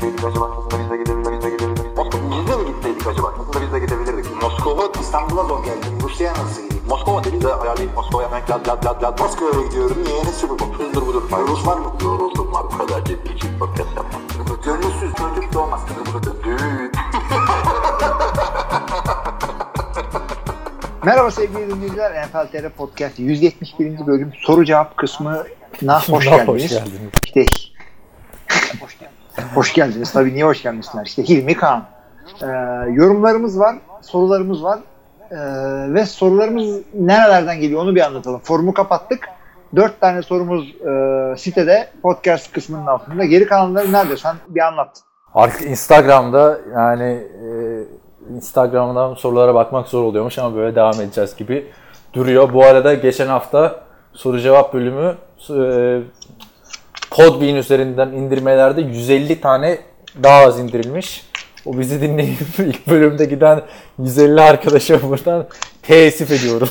gitseydik acaba? Aslında biz de gidebilirdik. Biz de mi gitseydik acaba? Aslında biz de gidebilirdik. Moskova, İstanbul'a zor geldim. Rusya'ya nasıl gideyim? Moskova dedi de ayarlayıp Moskova'ya hemen lad. Moskova'ya gidiyorum. Niye? Ne sürü bu? Hızdır budur. Rus var mı? Yoruldum var. Bu kadar ciddi podcast yapmam. Gönülsüz çocuk doğmaz. Düğün. Merhaba sevgili dinleyiciler. NFL TR Podcast 171. bölüm soru cevap kısmına hoş geldiniz. İşte hoş geldiniz. Tabii niye hoş gelmişler? İşte Hilmi Kaan. Yorumlarımız var, sorularımız var. Ve sorularımız nerelerden geliyor onu bir anlatalım. Forumu kapattık. 4 tane sorumuz sitede podcast kısmının altında. Geri kalanları nerede? Sen bir anlat. Instagram'da yani Instagram'dan sorulara bakmak zor oluyormuş ama böyle devam edeceğiz gibi duruyor. Bu arada geçen hafta soru cevap bölümü Podbean üzerinden indirmelerde 150 tane daha az indirilmiş. O bizi dinleyip ilk bölümde giden 150 arkadaşa buradan teessüf ediyorum.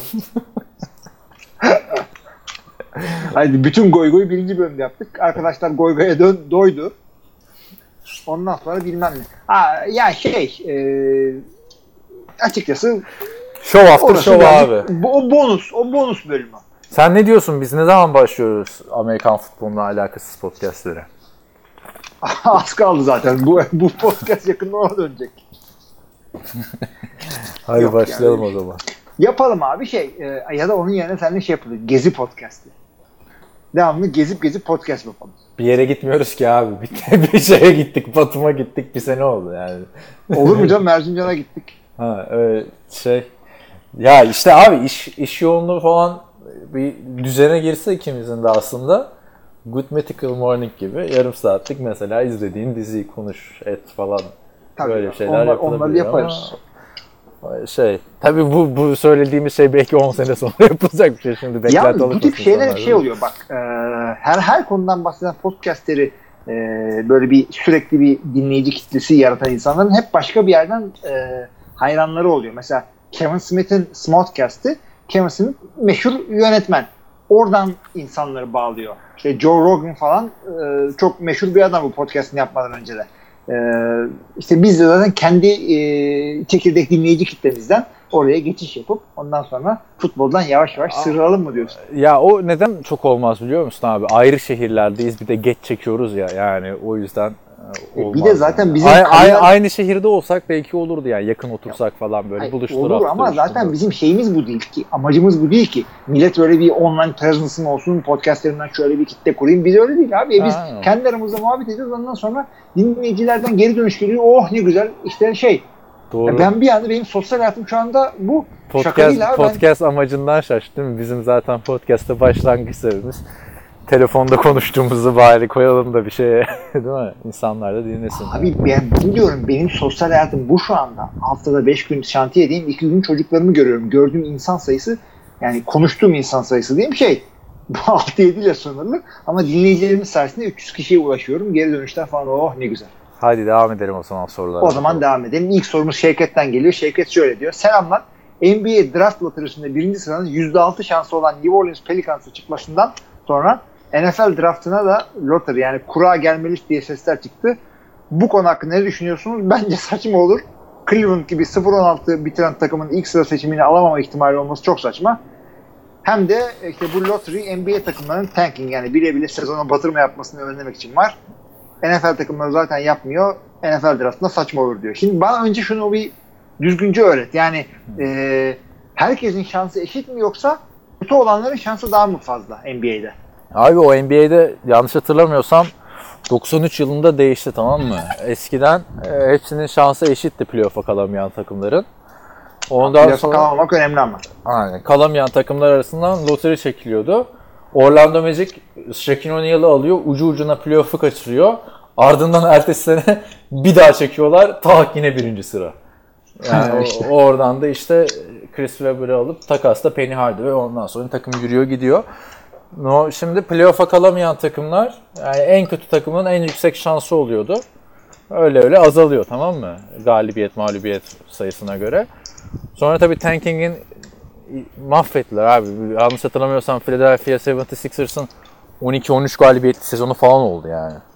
Haydi bütün goygoyu birinci bölümde yaptık. Arkadaşlar goygoya doydu. Ondan sonra bilmem ne. Açıkçası Show after show abi. O bonus bölümü. Sen ne diyorsun? Biz ne zaman başlıyoruz Amerikan futboluna alakasız podcastlere? Az kaldı zaten. Bu podcast yakında ona dönecek. Hadi başlayalım yani. O zaman. Yapalım abi ya da onun yerine seninle yapılır. Gezi podcast'i. Devamlı gezip podcast yapalım. Bir yere gitmiyoruz ki abi. Bir şeye gittik. Batum'a gittik. Bir sene oldu yani. Olur mu canım? Erzincan'a gittik. Ha öyle Ya işte abi iş yoğunluğu falan bir düzene girse ikimizin de aslında Good Mythical Morning gibi yarım saatlik mesela izlediğin diziyi konuş et falan. Tabii böyle şeyler yapılabilir. Onları yaparız. Tabii bu söylediğimiz şey belki 10 sene sonra yapılacak bir şey. Şimdi beklenti bu tip şeyler oluyor bak. Her konudan bahseden podcastleri böyle sürekli bir dinleyici kitlesi yaratan insanların hep başka bir yerden hayranları oluyor. Mesela Kevin Smith'in Smodcast'i, Kevin Smith meşhur yönetmen. Oradan insanları bağlıyor. İşte Joe Rogan falan çok meşhur bir adam bu podcast'ini yapmadan önce de. İşte biz de zaten kendi çekirdek dinleyici kitlemizden oraya geçiş yapıp ondan sonra futboldan yavaş yavaş sıyrılalım mı diyorsun? Ya o neden çok olmaz biliyor musun abi? Ayrı şehirlerdeyiz, bir de geç çekiyoruz ya, yani o yüzden olmaz. Bir de zaten bizim aynı şehirde olsak belki olurdu yani, yakın otursak falan böyle buluştur. Olur ama zaten bizim şeyimiz bu değil ki. Amacımız bu değil ki. Millet öyle bir online presence'ım olsun, podcastlerimden şöyle bir kitle kurayım. Biz öyle değil abi. Biz kendi aramızda muhabbet ediyoruz. Ondan sonra dinleyicilerden geri dönüş geliyor. Oh ne güzel. İşte Doğru. Ben bir anda benim sosyal hayatım şu anda bu. Şaka değil abi. Podcast amacından şaştım. Bizim zaten podcast'ta başlangıç sebebimiz. Telefonda konuştuğumuzu bari koyalım da bir şeye, değil mi? İnsanlar da dinlesin. Abi ben biliyorum, benim sosyal hayatım bu şu anda. Haftada 5 gün şantiyedeyim, 2 gün çocuklarımı görüyorum. Gördüğüm insan sayısı, yani konuştuğum insan sayısı diyeyim 6-7 ile sınırlı. Ama dinleyicilerimiz sayesinde 300 kişiye ulaşıyorum. Geri dönüşler falan, oh ne güzel. Hadi devam edelim o zaman sorulara. O zaman devam edelim. İlk sorumuz Şevket'ten geliyor. Şevket şöyle diyor. Selamlar. NBA draft lotterisinde 1. sıranın %6 şansı olan New Orleans Pelicans'a çıkmasından sonra NFL draftına da lottery, yani kura gelmeli diye sesler çıktı. Bu konu hakkında ne düşünüyorsunuz? Bence saçma olur. Cleveland gibi 0-16 bitiren takımın ilk sıra seçimini alamama ihtimali olması çok saçma. Hem de işte bu lottery NBA takımlarının tanking, yani bile sezona batırma yapmasını önlemek için var. NFL takımları zaten yapmıyor. NFL draftında saçma olur diyor. Şimdi bana önce şunu bir düzgünce öğret. Yani herkesin şansı eşit mi, yoksa kötü olanların şansı daha mı fazla NBA'de? Abi o NBA'de yanlış hatırlamıyorsam 93 yılında değişti, tamam mı? Eskiden hepsinin şansı eşitti playoff'a kalamayan takımların. Ondan sonra kalamamak önemli ama. Aynen. Kalamayan takımlar arasından loteri çekiliyordu. Orlando Magic Shaquille O'Neal'ı alıyor, ucu ucuna playoff'u kaçırıyor. Ardından ertesi sene bir daha çekiyorlar, yine 1. sıra. Yani oradan da işte Chris Webber'ı alıp takasla Penny Hardaway, ondan sonra takım yürüyor gidiyor. Şimdi playoff'a kalamayan takımlar, yani en kötü takımın en yüksek şansı oluyordu. Öyle azalıyor, tamam mı? Galibiyet, mağlubiyet sayısına göre. Sonra tabii tanking'in mahvettiler abi. Yanlış hatırlamıyorsam Philadelphia 76ers'ın 12-13 galibiyetli sezonu falan oldu yani.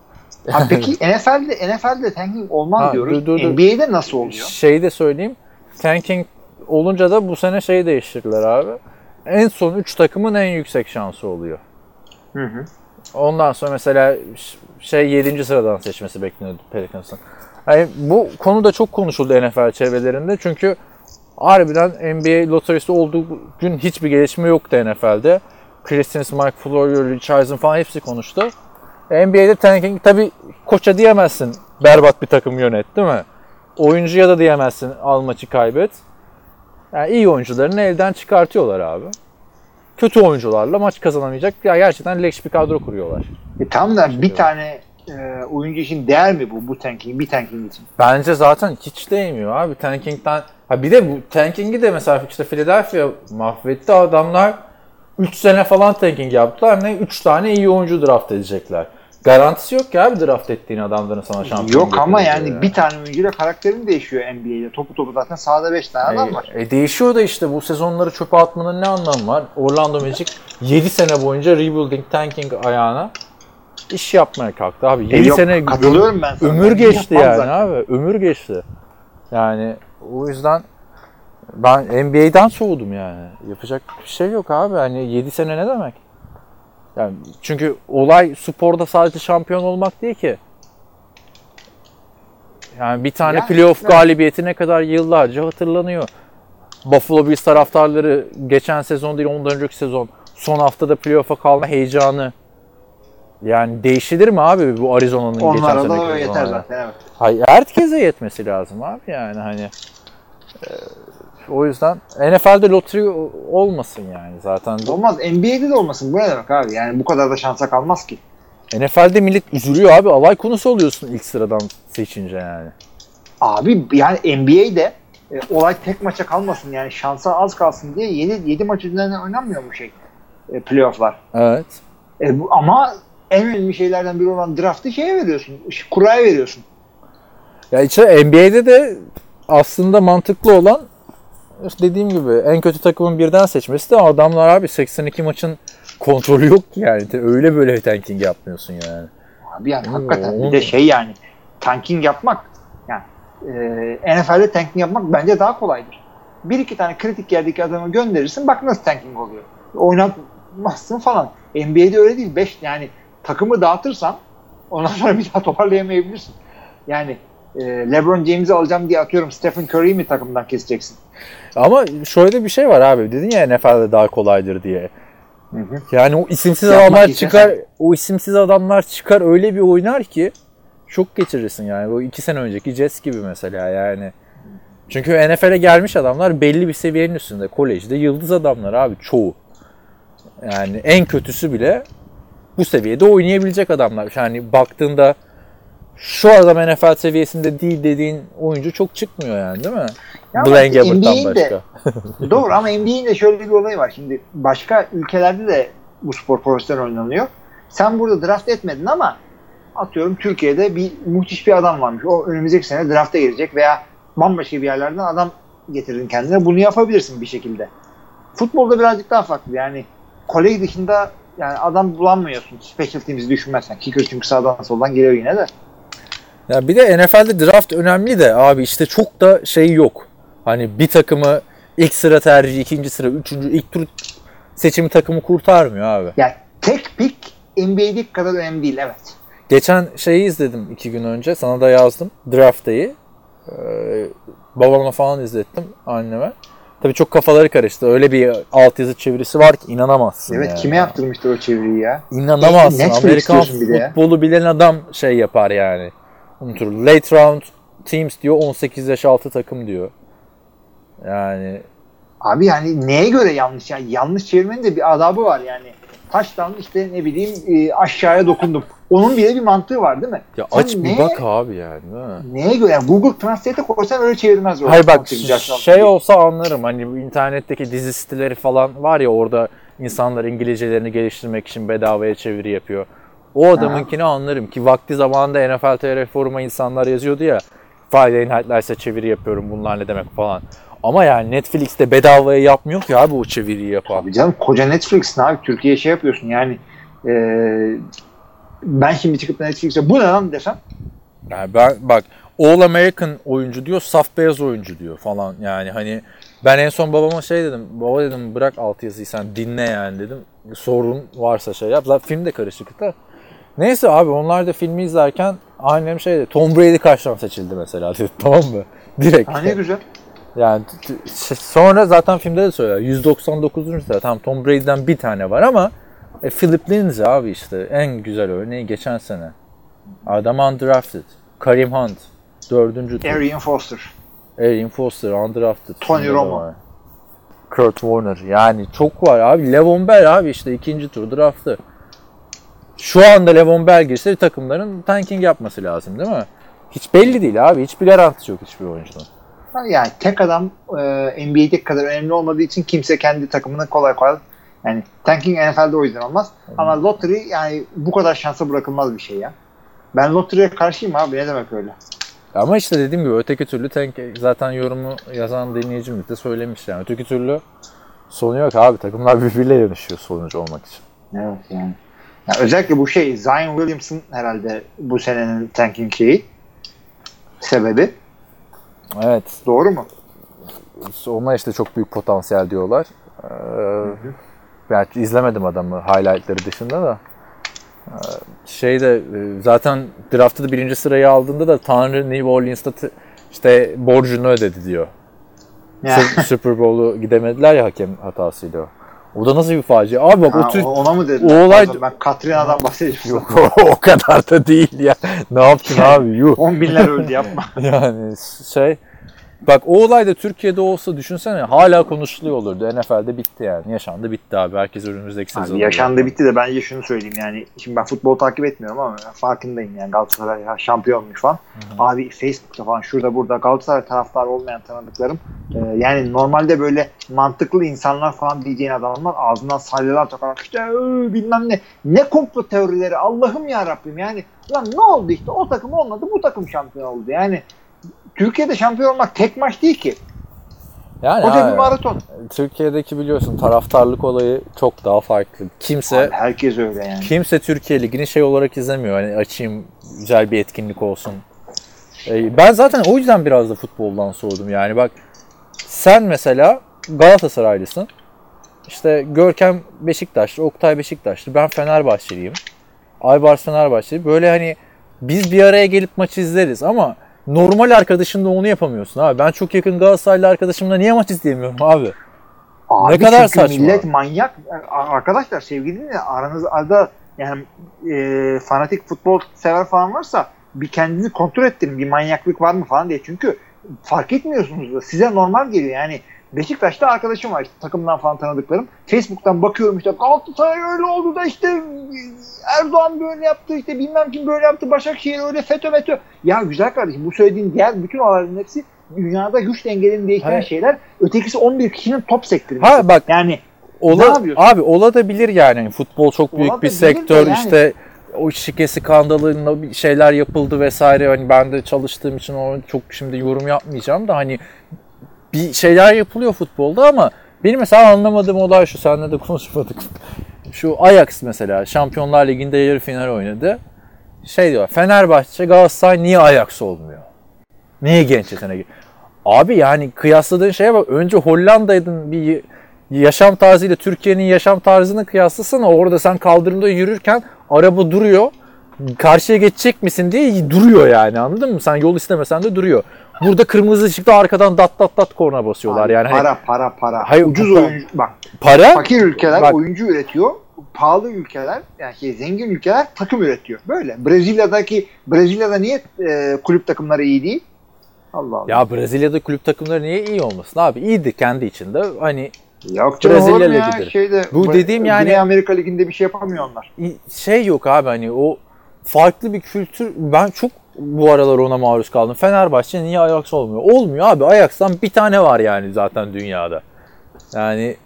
Ha, peki NFL'de tanking olmaz Ha, diyoruz. dur. NBA'de nasıl oluyor? Şeyi de söyleyeyim. Tanking olunca da bu sene şeyi değiştirdiler abi. En son 3 takımın en yüksek şansı oluyor. Hı. Ondan sonra mesela 7. sıradan seçmesi bekleniyordu Pelicans'ın. Yani bu konu da çok konuşuldu NFL çevrelerinde. Çünkü harbiden NBA lotarisi olduğu gün hiçbir gelişme yoktu NFL'de. Christens, Mike Florio, Rich Eisen falan hepsi konuştu. NBA'de tanking tabii koça diyemezsin berbat bir takım yönet, değil mi? Oyuncuya da diyemezsin al maçı kaybet. Yani iyi oyuncularını elden çıkartıyorlar abi. Kötü oyuncularla maç kazanamayacak ya gerçekten leş bir kadro kuruyorlar. Tam da bir tane oyuncu için değer mi bu tanking, bir tanking için? Bence zaten hiç değmiyor abi tankingden. Ha bir de bu tanking'i de mesela işte Philadelphia mahvetti, adamlar 3 sene falan tanking yaptılar. Ne 3 tane iyi oyuncu draft edecekler. Garantisi yok ki abi draft ettiğin adamların sana şampiyon. Yok ama yani bir tane oyuncuyla karakterin değişiyor NBA'de. Topu zaten sahada 5 tane adam var. Değişiyor da işte bu sezonları çöpe atmanın ne anlamı var? Orlando Magic 7 sene boyunca rebuilding, tanking ayağına iş yapmaya kalktı abi. 7 sene katılıyorum ben sana. Ömür geçti yani zaten. abi. Ömür geçti. Yani o yüzden ben NBA'den soğudum yani. Yapacak bir şey yok abi. Hani 7 sene ne demek? Yani çünkü olay sporda sadece şampiyon olmak değil ki. Yani bir tane playoff galibiyeti ne kadar yıllarca hatırlanıyor. Buffalo Bills taraftarları geçen sezon değil ondan önceki sezon son haftada playoff'a kalma heyecanı. Yani değişilir mi abi bu Arizona'nın geçen onlara seneki da yeter sezonuna? zaten evet. Hayır, herkese yetmesi lazım abi yani hani. O yüzden NFL'de lottery olmasın yani zaten. Olmaz. NBA'de de olmasın. Bu ne demek abi? Yani bu kadar da şansa kalmaz ki. NFL'de millet üzülüyor abi. Alay konusu oluyorsun ilk sıradan seçince yani. Abi yani NBA'de olay tek maça kalmasın yani şansa az kalsın diye 7 maç üzerinden oynanmıyor bu şey. Playoff'lar. Evet. Ama en önemli şeylerden biri olan draft'ı şeye veriyorsun. Kuraya veriyorsun. Ya işte NBA'de de aslında mantıklı olan işte dediğim gibi en kötü takımın birden seçmesi de adamlar abi 82 maçın kontrolü yok ki yani. Öyle böyle tanking yapmıyorsun yani. Abi yani hakikaten bir de şey yani tanking yapmak yani NFL'de tanking yapmak bence daha kolaydır. Bir iki tane kritik yerdeki adamı gönderirsin bak nasıl tanking oluyor. Oynatmazsın falan. NBA'de öyle değil. 5 yani takımı dağıtırsan ondan sonra bir daha toparlayamayabilirsin. Yani LeBron James'i alacağım diye atıyorum Stephen Curry'i mi takımdan keseceksin? Ama şöyle bir şey var abi. Dedin ya NFL'de daha kolaydır diye. Hı. Yani o isimsiz Yapmak adamlar istesen. çıkar. O isimsiz adamlar çıkar öyle bir oynar ki şok geçirirsin yani. Bu 2 sene önceki Jets gibi mesela yani. Çünkü NFL'e gelmiş adamlar belli bir seviyenin üstünde. Kolejde yıldız adamlar abi çoğu. Yani en kötüsü bile bu seviyede oynayabilecek adamlar. Yani baktığında şu adam NFL seviyesinde değil dediğin oyuncu çok çıkmıyor yani değil mi? Blaine Gabbert'tan başka. Doğru ama NBA'in de şöyle bir olayı var. Şimdi başka ülkelerde de bu spor profesyonel oynanıyor. Sen burada draft etmedin ama atıyorum Türkiye'de müthiş bir adam varmış. O önümüzdeki sene drafta gelecek veya bambaşka bir yerlerden adam getirdin kendine. Bunu yapabilirsin bir şekilde. Futbolda birazcık daha farklı. Yani kolej dışında yani adam bulamıyorsun. Special teams'i düşünmezsen. Kicker çünkü sağdan soldan geliyor yine de. Ya bir de NFL'de draft önemli de abi işte çok da şey yok. Hani bir takımı ilk sıra tercihi, ikinci sıra, üçüncü, ilk tur seçimi takımı kurtarmıyor abi. Yani tek pick NBA'deki kadar önemli değil evet. Geçen şeyi izledim 2 gün önce. Sana da yazdım. Draft Day'i. Babamla falan izlettim anneme. Tabii çok kafaları karıştı. Öyle bir altyazı çevirisi var ki inanamazsın. Evet yani. kime yaptırmıştır o çeviriyi ya? İnanamazsın. Netflix Amerikan diyorsun bir de futbolu bilen adam şey yapar yani. Unutur. Late round teams diyor. 18 yaş altı takım diyor. Yani abi yani neye göre yanlış? Yani yanlış çevirmenin de bir adabı var yani. Taştan işte ne bileyim aşağıya dokundum. Onun bile bir mantığı var değil mi? ya Sen aç bir bak abi yani değil mi? Neye göre? Yani Google Translate'e koysan öyle çevirmez. Hayır bak şey olsa anlarım. Hani bu internetteki dizi siteleri falan var ya orada insanlar İngilizcelerini geliştirmek için bedavaya çeviri yapıyor. O adamınkini anlarım ki vakti zamanında NFL TR foruma insanlar yazıyordu ya Friday Night Lights'e çeviri yapıyorum bunlar ne demek falan. Ama yani Netflix'te bedavaya yapmıyor ki abi o çeviriyi yapan. Abi canım koca Netflix'in abi Türkiye'ye şey yapıyorsun yani ben şimdi çıkıp Netflix'e bu ne lan desem. Yani ben bak All American oyuncu diyor, saf beyaz oyuncu diyor falan. Yani hani ben en son babama şey dedim. Baba dedim bırak altyazıyı sen dinle yani dedim. Sorun varsa şey yap. Zaten film de karışık da. Neyse abi onlar da filmi izlerken annem şey dedi. Tom Brady kaçtan seçildi mesela dedi. Tamam mı? Direkt. Ha ne güzel. Yani sonra zaten filmde de söyler. 199. sıra. Tamam Tom Brady'den bir tane var ama Philip Lindsay abi işte en güzel örneği geçen sene. Adam undrafted. Kareem Hunt 4. tur. Arian Foster. Arian Foster undrafted. Tony Romo. Kurt Warner. Yani çok var abi. Le'Veon Bell abi işte 2. tur draftı. Şu anda Le'Veon Bell girse takımların tanking yapması lazım değil mi? Hiç belli değil abi. Hiçbir garantisi yok hiçbir oyuncunun. Yani tek adam NBA'deki kadar önemli olmadığı için kimse kendi takımını kolay kolay yani tanking NFL'de o yüzden olmaz. Ama lottery yani bu kadar şansa bırakılmaz bir şey ya. Ben lottery'e karşıyım abi. Ne demek öyle? Ama işte dediğim gibi öteki türlü zaten yorumu yazan dinleyicimiz de söylemiş yani. Öteki türlü sonu yok abi. Takımlar birbiriyle yarışıyor sonucu olmak için. Evet yani. Yani özellikle bu şey Zion Williamson herhalde bu senenin tanking şeyi sebebi. Evet. Doğru mu? Ona işte çok büyük potansiyel diyorlar. Belki izlemedim adamı highlightları dışında da. Zaten draft'ta da 1. sırayı aldığında da Tanrı New Orleans'ta işte borcunu ödedi diyor. Super Bowl'u gidemediler ya hakem hatasıyla. O da nasıl bir facia? Abi bak ona mı dedin? O olay... Ben Katrina'dan bahsediyorum. Yok o kadar da değil ya. Ne yaptın abi? Yuh. 10 binler öldü yapma. Yani bak o olay da Türkiye'de olsa düşünsene hala konuşuluyor olurdu. NFL'de bitti yani. Yaşandı bitti abi. Herkes önümüzdeki sezon. Yaşandı bitti de bence şunu söyleyeyim yani. Şimdi ben futbol takip etmiyorum ama farkındayım yani Galatasaray şampiyonmuş falan. Hı-hı. Abi Facebook'ta falan şurada burada Galatasaray taraftarı olmayan tanıdıklarım yani normalde böyle mantıklı insanlar falan diyeceğin adamlar ağzından salyalar takarak işte bilmem ne komplo teorileri Allah'ım ya Rabbim yani lan ne oldu işte o takım olmadı bu takım şampiyon oldu yani. Türkiye'de şampiyon olmak tek maç değil ki. Yani koca bir maraton. Türkiye'deki biliyorsun taraftarlık olayı çok daha farklı. Kimse abi herkes öyle yani. Kimse Türkiye Ligi'ni şey olarak izlemiyor. Hani açayım güzel bir etkinlik olsun. Ben zaten o yüzden biraz da futboldan soğudum. Yani bak sen mesela Galatasaraylısın. İşte Görkem Beşiktaşlı, Oktay Beşiktaşlı. Ben Fenerbahçeliyim. Aybars Fenerbahçeli. Böyle hani biz bir araya gelip maç izleriz ama normal arkadaşınla onu yapamıyorsun abi. Ben çok yakın Galatasaraylı arkadaşımla niye maç izleyemiyorum abi? Ne kadar saçma. Millet manyak. Arkadaşlar sevgili dinle aranızda yani fanatik futbol sever falan varsa bir kendinizi kontrol ettirin. Bir manyaklık var mı falan diye. Çünkü fark etmiyorsunuz da size normal geliyor. Yani Beşiktaş'ta arkadaşım var işte takımdan falan tanıdıklarım. Facebook'tan bakıyorum işte Galatasaray öyle oldu da işte Erdoğan böyle yaptı işte bilmem kim böyle yaptı Başakşehir öyle FETÖ. Ya güzel kardeşim bu söylediğin diğer bütün olayların hepsi dünyada güç dengelerini değiştiren şeyler. Ötekisi 11 kişinin top sektirmesi. Ha bak yani abi olabilir yani. Futbol çok büyük bir sektör yani. İşte o şike skandalında bir şeyler yapıldı vesaire. Hani ben de çalıştığım için o çok şimdi yorum yapmayacağım da hani bir şeyler yapılıyor futbolda ama benim mesela anlamadığım olay şu. Seninle de konuşmadık. Şu Ajax mesela Şampiyonlar Ligi'nde yarı final oynadı. Şey diyor Fenerbahçe Galatasaray niye Ajax olmuyor? Niye genç yetenek? Abi yani kıyasladığın şeye bak. Önce Hollanda'ydın bir yaşam tarzıyla Türkiye'nin yaşam tarzını kıyaslasana. Orada sen kaldırımda yürürken araba duruyor. Karşıya geçecek misin diye duruyor yani anladın mı? Sen yol istemesen de duruyor. Burada kırmızı ışıkta arkadan dat korna basıyorlar. Abi, yani para. Hayır, ucuz oyuncu bak. Para? Fakir ülkeler oyuncu üretiyor. Pahalı ülkeler yani zengin ülkeler takım üretiyor. Böyle. Brezilya'da niye kulüp takımları iyi değil? Allah Allah. Ya Brezilya'da kulüp takımları niye iyi olmasın abi? İyiydi kendi içinde. Hani yok canım Brezilya ya Ligi'dir. Bu dediğim yani Güney Amerika Ligi'nde bir şey yapamıyor onlar. Şey yok abi hani o farklı bir kültür. Ben çok bu aralar ona maruz kaldım. Fenerbahçe niye Ajax olmuyor? Olmuyor abi. Ajax'tan bir tane var yani zaten dünyada. Yani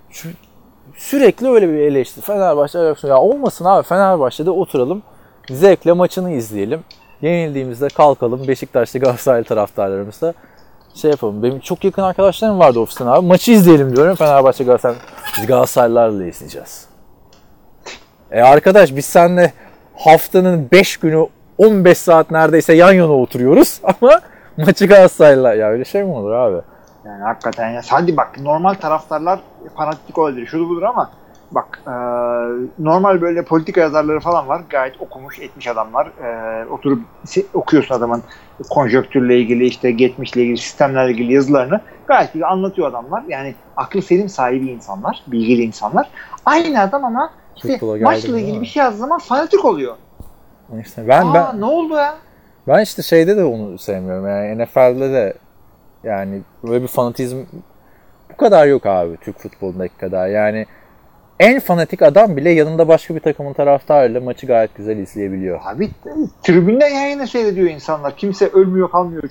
sürekli öyle bir eleştiri. Fenerbahçe Ajax ya olmasın abi. Fenerbahçe'de oturalım. Zevkle maçını izleyelim. Yenildiğimizde kalkalım. Beşiktaş'ta Galatasaray taraftarlarımızla şey yapalım. Benim çok yakın arkadaşlarım vardı ofisten abi. Maçı izleyelim diyorum. Fenerbahçe Galatasaray. Biz Galatasaraylılarla izleyeceğiz. Arkadaş biz seninle haftanın 5 günü 15 saat neredeyse yan yana oturuyoruz ama maçı Galatasaray'la, ya öyle şey mi olur abi? Yani hakikaten ya. Hadi bak, normal taraftarlar fanatik olabilir, şudur budur ama bak normal böyle politika yazarları falan var. Gayet okumuş etmiş adamlar. Oturup okuyorsun adamın konjonktürle ilgili, işte geçmişle ilgili, sistemlerle ilgili yazılarını. Gayet güzel anlatıyor adamlar. Yani aklı selim sahibi insanlar, bilgili insanlar. Aynı adam ama işte maçla ilgili bir şey yazdığı zaman fanatik oluyor. İşte ne oldu ya? Ben işte şeyde de onu sevmiyorum. Yani NFL'de de yani böyle bir fanatizm bu kadar yok abi, Türk futbolundaki kadar. Yani en fanatik adam bile yanında başka bir takımın taraftarıyla maçı gayet güzel izleyebiliyor. Abi tribünde yayını seyrediyor insanlar. Kimse ölmüyor kalmıyor.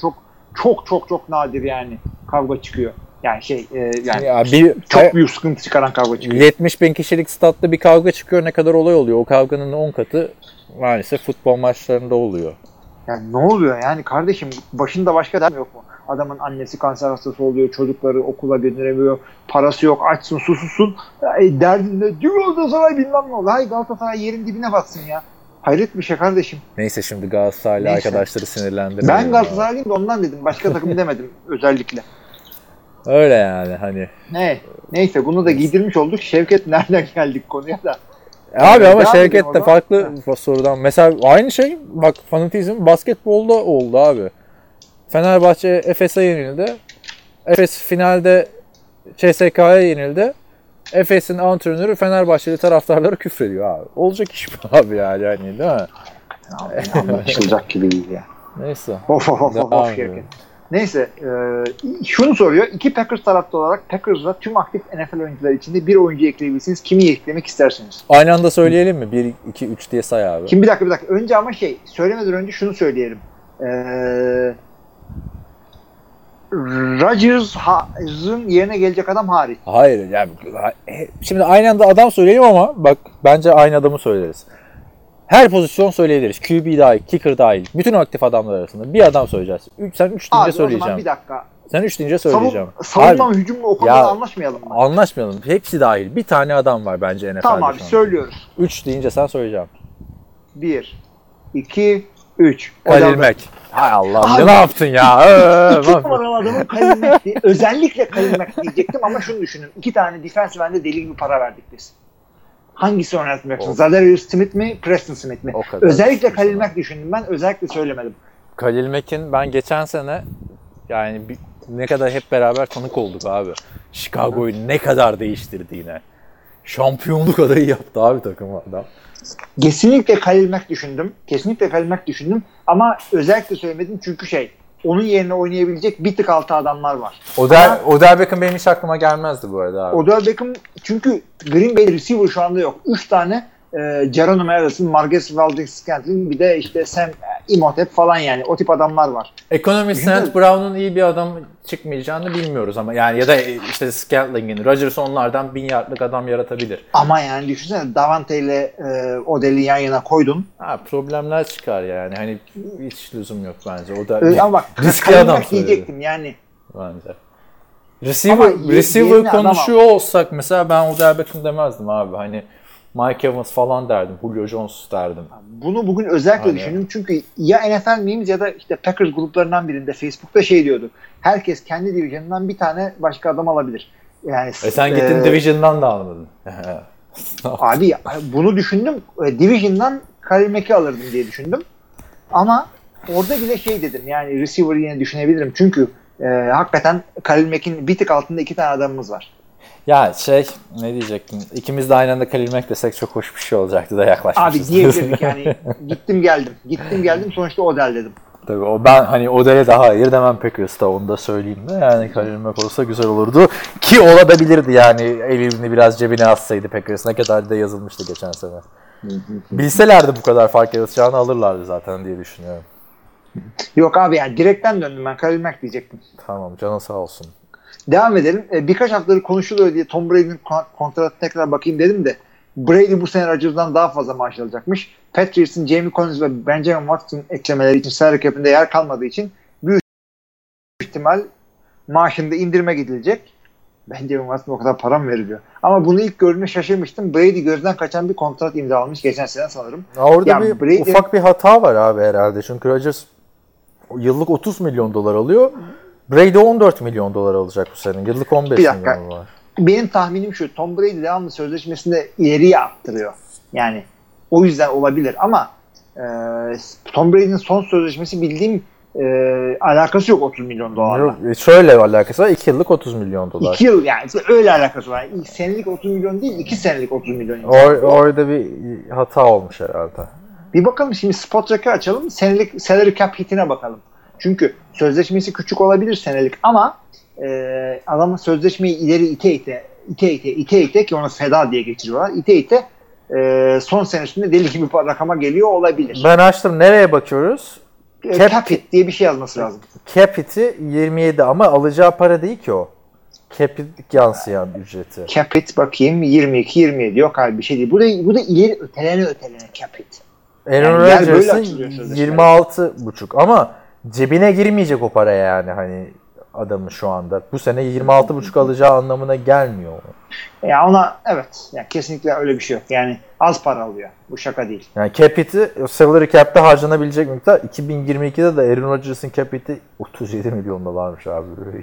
Çok nadir yani kavga çıkıyor. Yani yani ya çok büyük sıkıntı çıkaran kavga çıkıyor. 70 bin kişilik statta bir kavga çıkıyor, ne kadar olay oluyor. O kavganın 10 katı maalesef futbol maçlarında oluyor. Yani ne oluyor yani kardeşim, başında başka dert yok mu? Adamın annesi kanser hastası oluyor, çocukları okula gönderemiyor, parası yok, açsın, susuzsun. Derdinde Galatasaray bilmem ne oldu. Hay Galatasaray yerin dibine batsın ya. Hayret bir şey kardeşim. Neyse şimdi Galatasaraylı arkadaşları sinirlendirmeyelim. Ben Galatasaraylıyım da ondan dedim. Başka takım demedim özellikle. Öyle yani hani. Neyse bunu da giydirmiş olduk. Şevket nereden geldik konuya da. Abi ama Şevket de farklı sorudan. Mesela aynı şey bak, fanatizm basketbolda oldu abi. Fenerbahçe Efes'e yenildi. Efes finalde CSK'ya yenildi. Efes'in antrenörü Fenerbahçeli taraftarlara küfrediyor abi. Olacak iş mi abi yani değil mi? Anlaşılacak gibi değil ya. Neyse. Of Şevket. Neyse, şunu soruyor. 2 Packers taraftarı olarak Packers'da tüm aktif NFL oyuncular içinde bir oyuncu ekleyebilirsiniz. Kimi eklemek istersiniz? Aynı anda söyleyelim mi? 1, 2, 3 diye say abi. Şimdi bir dakika. Önce ama söylemeden önce şunu söyleyelim. Rodgers'ın yerine gelecek adam hariç. Hayır yani şimdi aynı anda adam söyleyelim ama bak bence aynı adamı söyleriz. Her pozisyon söyleyebiliriz. QB dahil, kicker dahil. Bütün aktif adamlar arasında bir adam söyleyeceğiz. Sen 3 deyince söyleyeceğim. O zaman bir dakika. Sen 3 deyince söyleyeceğim. Savunma hücumla o konuda anlaşmayalım mı? Anlaşmayalım. Hepsi dahil. Bir tane adam var bence NFL'de. Tamam abi söylüyoruz. 3 deyince sen söyleyeceğim. 1, 2, 3. Halil Mack. Hay Allah'ım ne yaptın ya? 2 numaralı adamın Halil Mack'ti. Özellikle Halil Mack diyecektim ama şunu düşünün. 2 tane defensive end'e deli gibi para verdik biz. Hangisi oynatmayacaksın? Zadarius Smith mi? Preston Smith mi? Özellikle Halil Mack düşündüm ben. Özellikle söylemedim. Halil Mack'in ben geçen sene yani ne kadar hep beraber tanık olduk abi. Chicago'yu ne kadar değiştirdiğine. Şampiyonluk adayı yaptı abi takım adam. Kesinlikle Halil Mack düşündüm. Ama özellikle söylemedim çünkü onun yerine oynayabilecek bir tık altı adamlar var. Odell Beckham benim hiç aklıma gelmezdi bu arada abi. Odell Beckham çünkü Green Bay receiver şu anda yok. 3 tane Geronimo Allison, Marquez Valdes-Scantling, bir de işte Sam Imhotep falan, yani o tip adamlar var. Ekonomist St. Brown'un iyi bir adam çıkmayacağını bilmiyoruz ama yani ya da işte Scantling'in, Rodgers onlardan 1000 yardlık adam yaratabilir. Ama yani düşünsene Davante ile Odell'i yan yana koydun. Problemler çıkar yani. Hani hiç lüzum yok bence. O da ama bak riskli adam diyecektim yani. Bence. Receiver konuşuyor olsak mesela ben Odell Beckham demezdim abi. Hani Mike Evans falan derdim. Julio Jones derdim. Bunu bugün özellikle düşündüm. Çünkü ya NFL memes ya da işte Packers gruplarından birinde Facebook'ta diyordu. Herkes kendi division'dan bir tane başka adam alabilir. Yani sen gittin division'dan da almadın. Abi bunu düşündüm. Division'dan Khalil Mack'i alırdım diye düşündüm. Ama orada bile dedim. Yani receiver'ı yine düşünebilirim. Çünkü hakikaten Khalil Mack'in bir tık altında 2 tane adamımız var. Ya ne diyecektim? İkimiz de aynı anda Khalil Mack desek çok hoş bir şey olacaktı da yaklaşmışız. Abi diyebilirdik yani. Gittim geldim sonuçta Odell dedim. Tabii ben hani Odell'e daha hayır demem Packers'ta, onu da söyleyeyim de yani Khalil Mack olsa güzel olurdu. Ki olabilirdi yani, elini biraz cebine atsaydı Packers, ne kadar da yazılmıştı geçen sene. Bilselerdi bu kadar fark yaratacağını alırlardı zaten diye düşünüyorum. Yok abi yani direkten döndüm, ben Khalil Mack diyecektim. Tamam, canın sağ olsun. Devam edelim. Birkaç haftadır konuşuluyor diye Tom Brady'nin kontratına tekrar bakayım dedim de Brady bu sene Rodgers'dan daha fazla maaş alacakmış. Patriots'ın Jamie Collins ve Benjamin Watson eklemeleri için salary cap'inde yer kalmadığı için büyük ihtimal maaşında indirime gidilecek. Bence üniversitede o kadar para mı veriliyor? Ama bunu ilk gördüğümde şaşırmıştım. Brady gözden kaçan bir kontrat imzalamış geçen sene sanırım. Orada Ya bir ufak bir hata var abi herhalde. Çünkü Rodgers yıllık 30 milyon dolar alıyor. Brady 14 milyon dolar alacak bu sene. Yıllık 15 milyon var. Benim tahminim şu. Tom Brady devamlı sözleşmesinde ileriye attırıyor. Yani o yüzden olabilir ama Tom Brady'nin son sözleşmesi bildiğim alakası yok 30 milyon dolarla. Şöyle alakası var. 2 yıllık 30 milyon dolar. 2 yıl yani öyle alakası var. Senelik 30 milyon değil 2 senelik 30 milyon. Orada bir hata olmuş herhalde. Bir bakalım şimdi Spotrack'ı açalım. Senelik salary cap hitine bakalım. Çünkü sözleşmesi küçük olabilir senelik ama adamın sözleşmeyi ileri ite ki ona feda diye geçiriyorlar. İte son senesinde deli gibi rakama geliyor olabilir. Ben açtım. Nereye bakıyoruz? Cap hit diye bir şey yazması lazım. Cap hit'i 27 ama alacağı para değil ki o. Cap hit yansıyan ücreti. Cap hit bakayım 22-27 yok abi bir şey değil. Bu da ileri ötelene cap hit. Aaron Rodgers'ın 26,5 ama cebine girmeyecek o para yani hani adamın şu anda. Bu sene 26,5 alacağı anlamına gelmiyor. Ya ona evet. Yani kesinlikle öyle bir şey yok. Yani az para alıyor. Bu şaka değil. Yani cap hit'i salary cap'te harcanabilecek miktar 2022'de de Aaron Rodgers'ın cap hit'i 37 milyon dolarmış abi.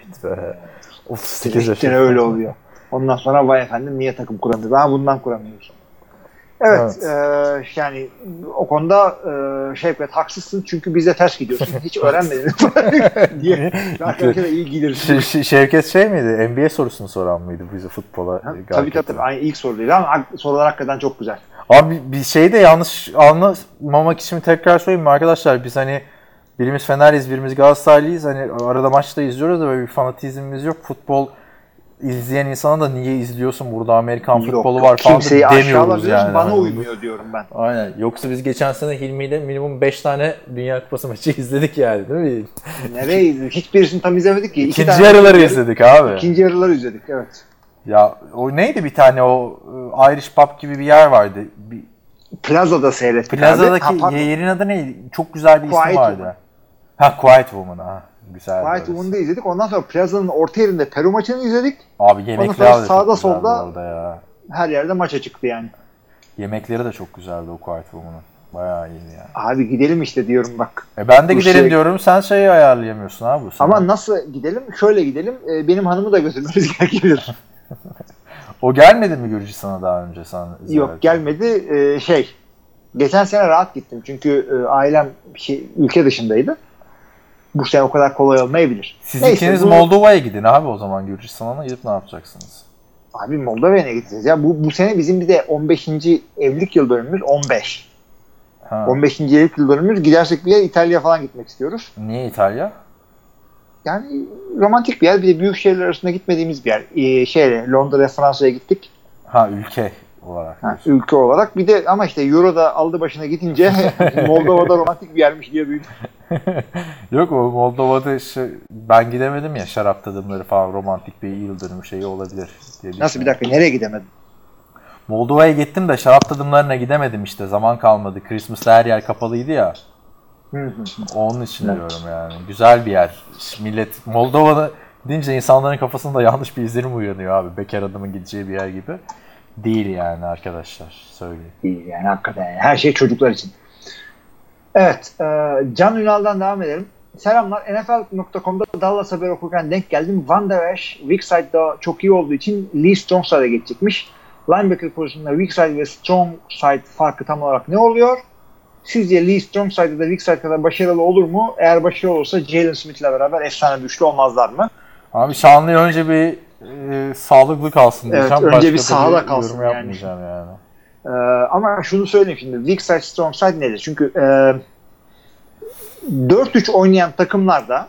Of 8 yaşında öyle oluyor. Ondan sonra vay efendim niye takım kuramıyor? Ben bundan kuramıyoruz. Evet. Yani o konuda Şevket haksızsın çünkü bize ters gidiyorsun. Hiç öğrenmedin diye. Arkadaşlar iyi gidersin. Şevket şey miydi? NBA sorusunu soran mıydı bize futbola? Tabii. Aynı ilk soruydu ama sorular hakikaten çok güzel. Abi bir şeyi de yanlış anlamamak için tekrar söyleyeyim mi arkadaşlar? Biz hani birimiz Fenerliyiz, birimiz Galatasaraylıyız. Hani arada maçta izliyoruz da böyle bir fanatizmimiz yok. Futbol izleyen insana da niye izliyorsun burada Amerikan futbolu var falan demiyoruz yani. Bana uymuyor diyorum ben. Aynen. Yoksa biz geçen sene Hilmi'yle minimum 5 tane Dünya Kupası maçı izledik yani değil mi? Nereye izledik? Hiçbirisini tam izlemedik ki. İkinci yarıları izledik abi. İkinci yarıları izledik evet. Ya o neydi bir tane o Irish pub gibi bir yer vardı. Plaza'da seyrettik. Plaza'daki yerin adı neydi? Çok güzel bir ismi vardı. Quiet Woman ha. Güzel. Quiet Woman'da izledik. Ondan sonra Plaza'nın orta yerinde Peru maçını izledik. Abi yemekler de sağda solda ya. Her yerde maça çıktı yani. Yemekleri de çok güzeldi o Quiet Woman'ın. Bayağı iyiydi yani. Abi gidelim işte diyorum bak. Ben de gidelim diyorum. Sen şeyi ayarlayamıyorsun abi. Ama nasıl gidelim? Şöyle gidelim. Benim hanımı da götürmemiz gerekir. O gelmedi mi Gürcistan'a daha önce sen? Yok gelmedi. Geçen sene rahat gittim. Çünkü ailem ülke dışındaydı. Bu sene o kadar kolay olmayabilir. Siz ikiniz Moldova'ya gidin abi o zaman. Gürcistan'a gidip ne yapacaksınız? Abi Moldova'ya gideceğiz? Ya bu sene bizim bir de 15. evlilik yıl dönümümüz 15. Ha. 15. evlilik yıl dönümümüz. Gidersek bir yer İtalya falan gitmek istiyoruz. Niye İtalya? Yani romantik bir yer. Bir de büyük şehirler arasında gitmediğimiz bir yer. Londra'ya, Fransa'ya gittik. Ha ülke olarak. Ülke olarak. Bir de ama işte Euro da aldı başına gidince Moldova'da romantik bir yermiş diye büyüdüm. Yok o Moldova'da ben gidemedim ya şarap tadımları falan romantik bir yıl dönümü şeyi olabilir diye. Nasıl bir dakika nereye gidemedin? Moldova'ya gittim de şarap tadımlarına gidemedim işte zaman kalmadı. Christmas'ta her yer kapalıydı ya. Onun için diyorum yani. Güzel bir yer. Millet Moldova'da deyince insanların kafasında yanlış bir izlenim uyanıyor abi. Bekar adamın gideceği bir yer gibi. Değil yani arkadaşlar. Söyleyeyim. Değil yani hakikaten. Yani. Her şey çocuklar için. Evet. Can Ünal'dan devam edelim. Selamlar. NFL.com'da Dallas haber okurken denk geldim. Van Der Esch weak side'da çok iyi olduğu için Lee Strong side'a geçecekmiş. Linebacker pozisyonunda weak side ve strong side farkı tam olarak ne oluyor? Sizce Lee strong side'da da weak side kadar başarılı olur mu? Eğer başarılı olursa Jalen Smith'le beraber efsane bir üçlü olmazlar mı? Abi Şanlı'ya önce bir sağlıklı kalsın diyeceğim. Evet, önce bir sahada kalsın yani. Yapmayacağım yani. Ama şunu söyleyeyim şimdi. Weak side, strong side nedir? Çünkü 4-3 oynayan takımlarda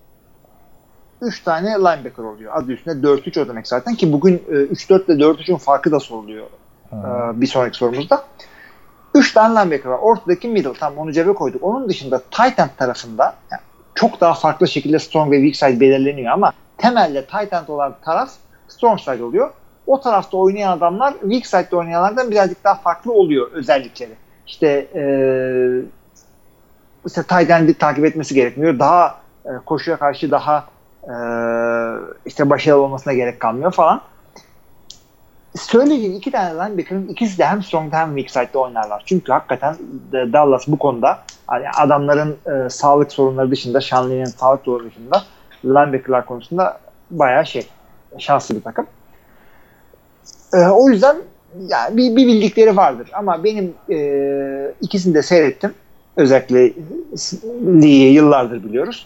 3 tane linebacker oluyor. Adı üstünde 4-3 o demek zaten ki bugün 3-4 ile 4-3'ün farkı da soruluyor bir sonraki sorumuzda. 3 tane linebacker var. Ortadaki middle tam onu cebe koyduk. Onun dışında tight end tarafında yani çok daha farklı şekilde strong ve weak side belirleniyor ama temelde tight end olan taraf strong side oluyor. O tarafta oynayan adamlar weak side'de oynayanlardan birazcık daha farklı oluyor özellikleri. İşte tight end'i takip etmesi gerekmiyor. Daha koşuya karşı daha İşte başarılı olmasına gerek kalmıyor falan. Söylediğin 2 tane linebacker'ın ikisi de hem strong'da hem weak side'da oynarlar. Çünkü hakikaten Dallas bu konuda hani adamların sağlık sorunları dışında, Shanley'nin sağlık sorunları dışında linebacker'lar konusunda bayağı şanslı bir takım. O yüzden yani bir bildikleri vardır. Ama benim ikisini de seyrettim. Özellikle ligi yıllardır biliyoruz.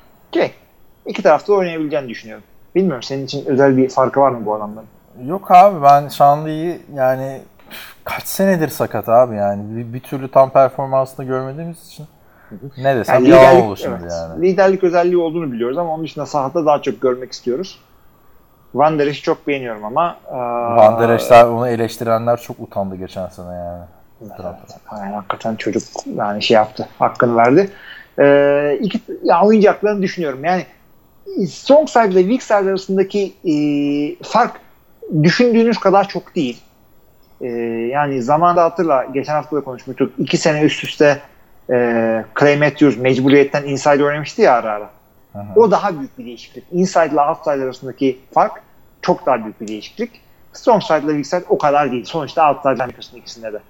İki tarafta oynayabileceğini düşünüyorum. Bilmiyorum, senin için özel bir farkı var mı bu adamların? Yok abi, ben Shanley'i yani kaç senedir sakat abi yani bir türlü tam performansını görmediğimiz için ne desem yani yalan olur şimdi yani. Liderlik özelliği olduğunu biliyoruz ama onun dışında sahada daha çok görmek istiyoruz. Van Der Esch'i çok beğeniyorum ama Van Der Esch'ler, onu eleştirenler çok utandı geçen sene yani. Yani hakikaten çocuk yani yaptı. Hakkını verdi. Oynayacaklarını düşünüyorum. Yani strong side ile weak side arasındaki fark düşündüğünüz kadar çok değil. Yani zamanında hatırla, geçen hafta da konuşmuştuk. 2 sene üst üste Clay Matthews mecburiyetten inside oynamıştı ya ara ara. Aha. O daha büyük bir değişiklik. Inside ile outside arasındaki fark çok daha büyük bir değişiklik. Strong side ile weak side o kadar değil. Sonuçta outside linebackers ikisinde de.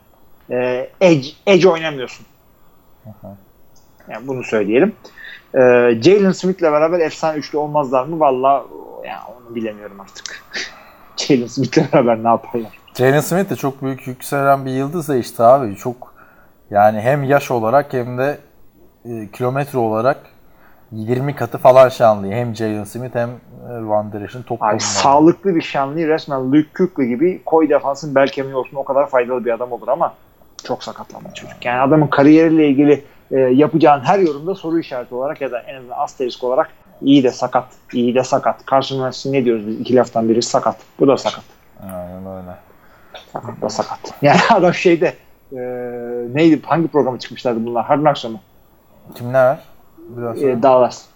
Edge oynamıyorsun. Aha. Yani bunu söyleyelim. Jalen Smith'le beraber efsane üçlü olmazlar mı? Vallahi yani onu bilemiyorum artık. Jalen Smith'le beraber ne yaparlar? Jalen Smith de çok büyük yükselen bir yıldız da işte abi. Çok yani hem yaş olarak hem de kilometre olarak 20 katı falan Shanley. Hem Jalen Smith hem Van Der Esch'in top konumunda. Sağlıklı bir Shanley, resmen Luke Kuechly gibi koy defansın bel kemiği olsun, o kadar faydalı bir adam olur ama çok sakatlanma çocuk. Yani adamın kariyeriyle ilgili yapacağın her yorumda soru işareti olarak ya da en azından asterisk olarak iyi de sakat, iyi de sakat. Carson Wentz ne diyoruz biz? 2 laftan biri sakat. Bu da sakat. Aynen öyle. Sakat da sakat. Yani adam neydi? Hangi programa çıkmışlardı bunlar? Hard Knocks mı? Kimler? Dallas.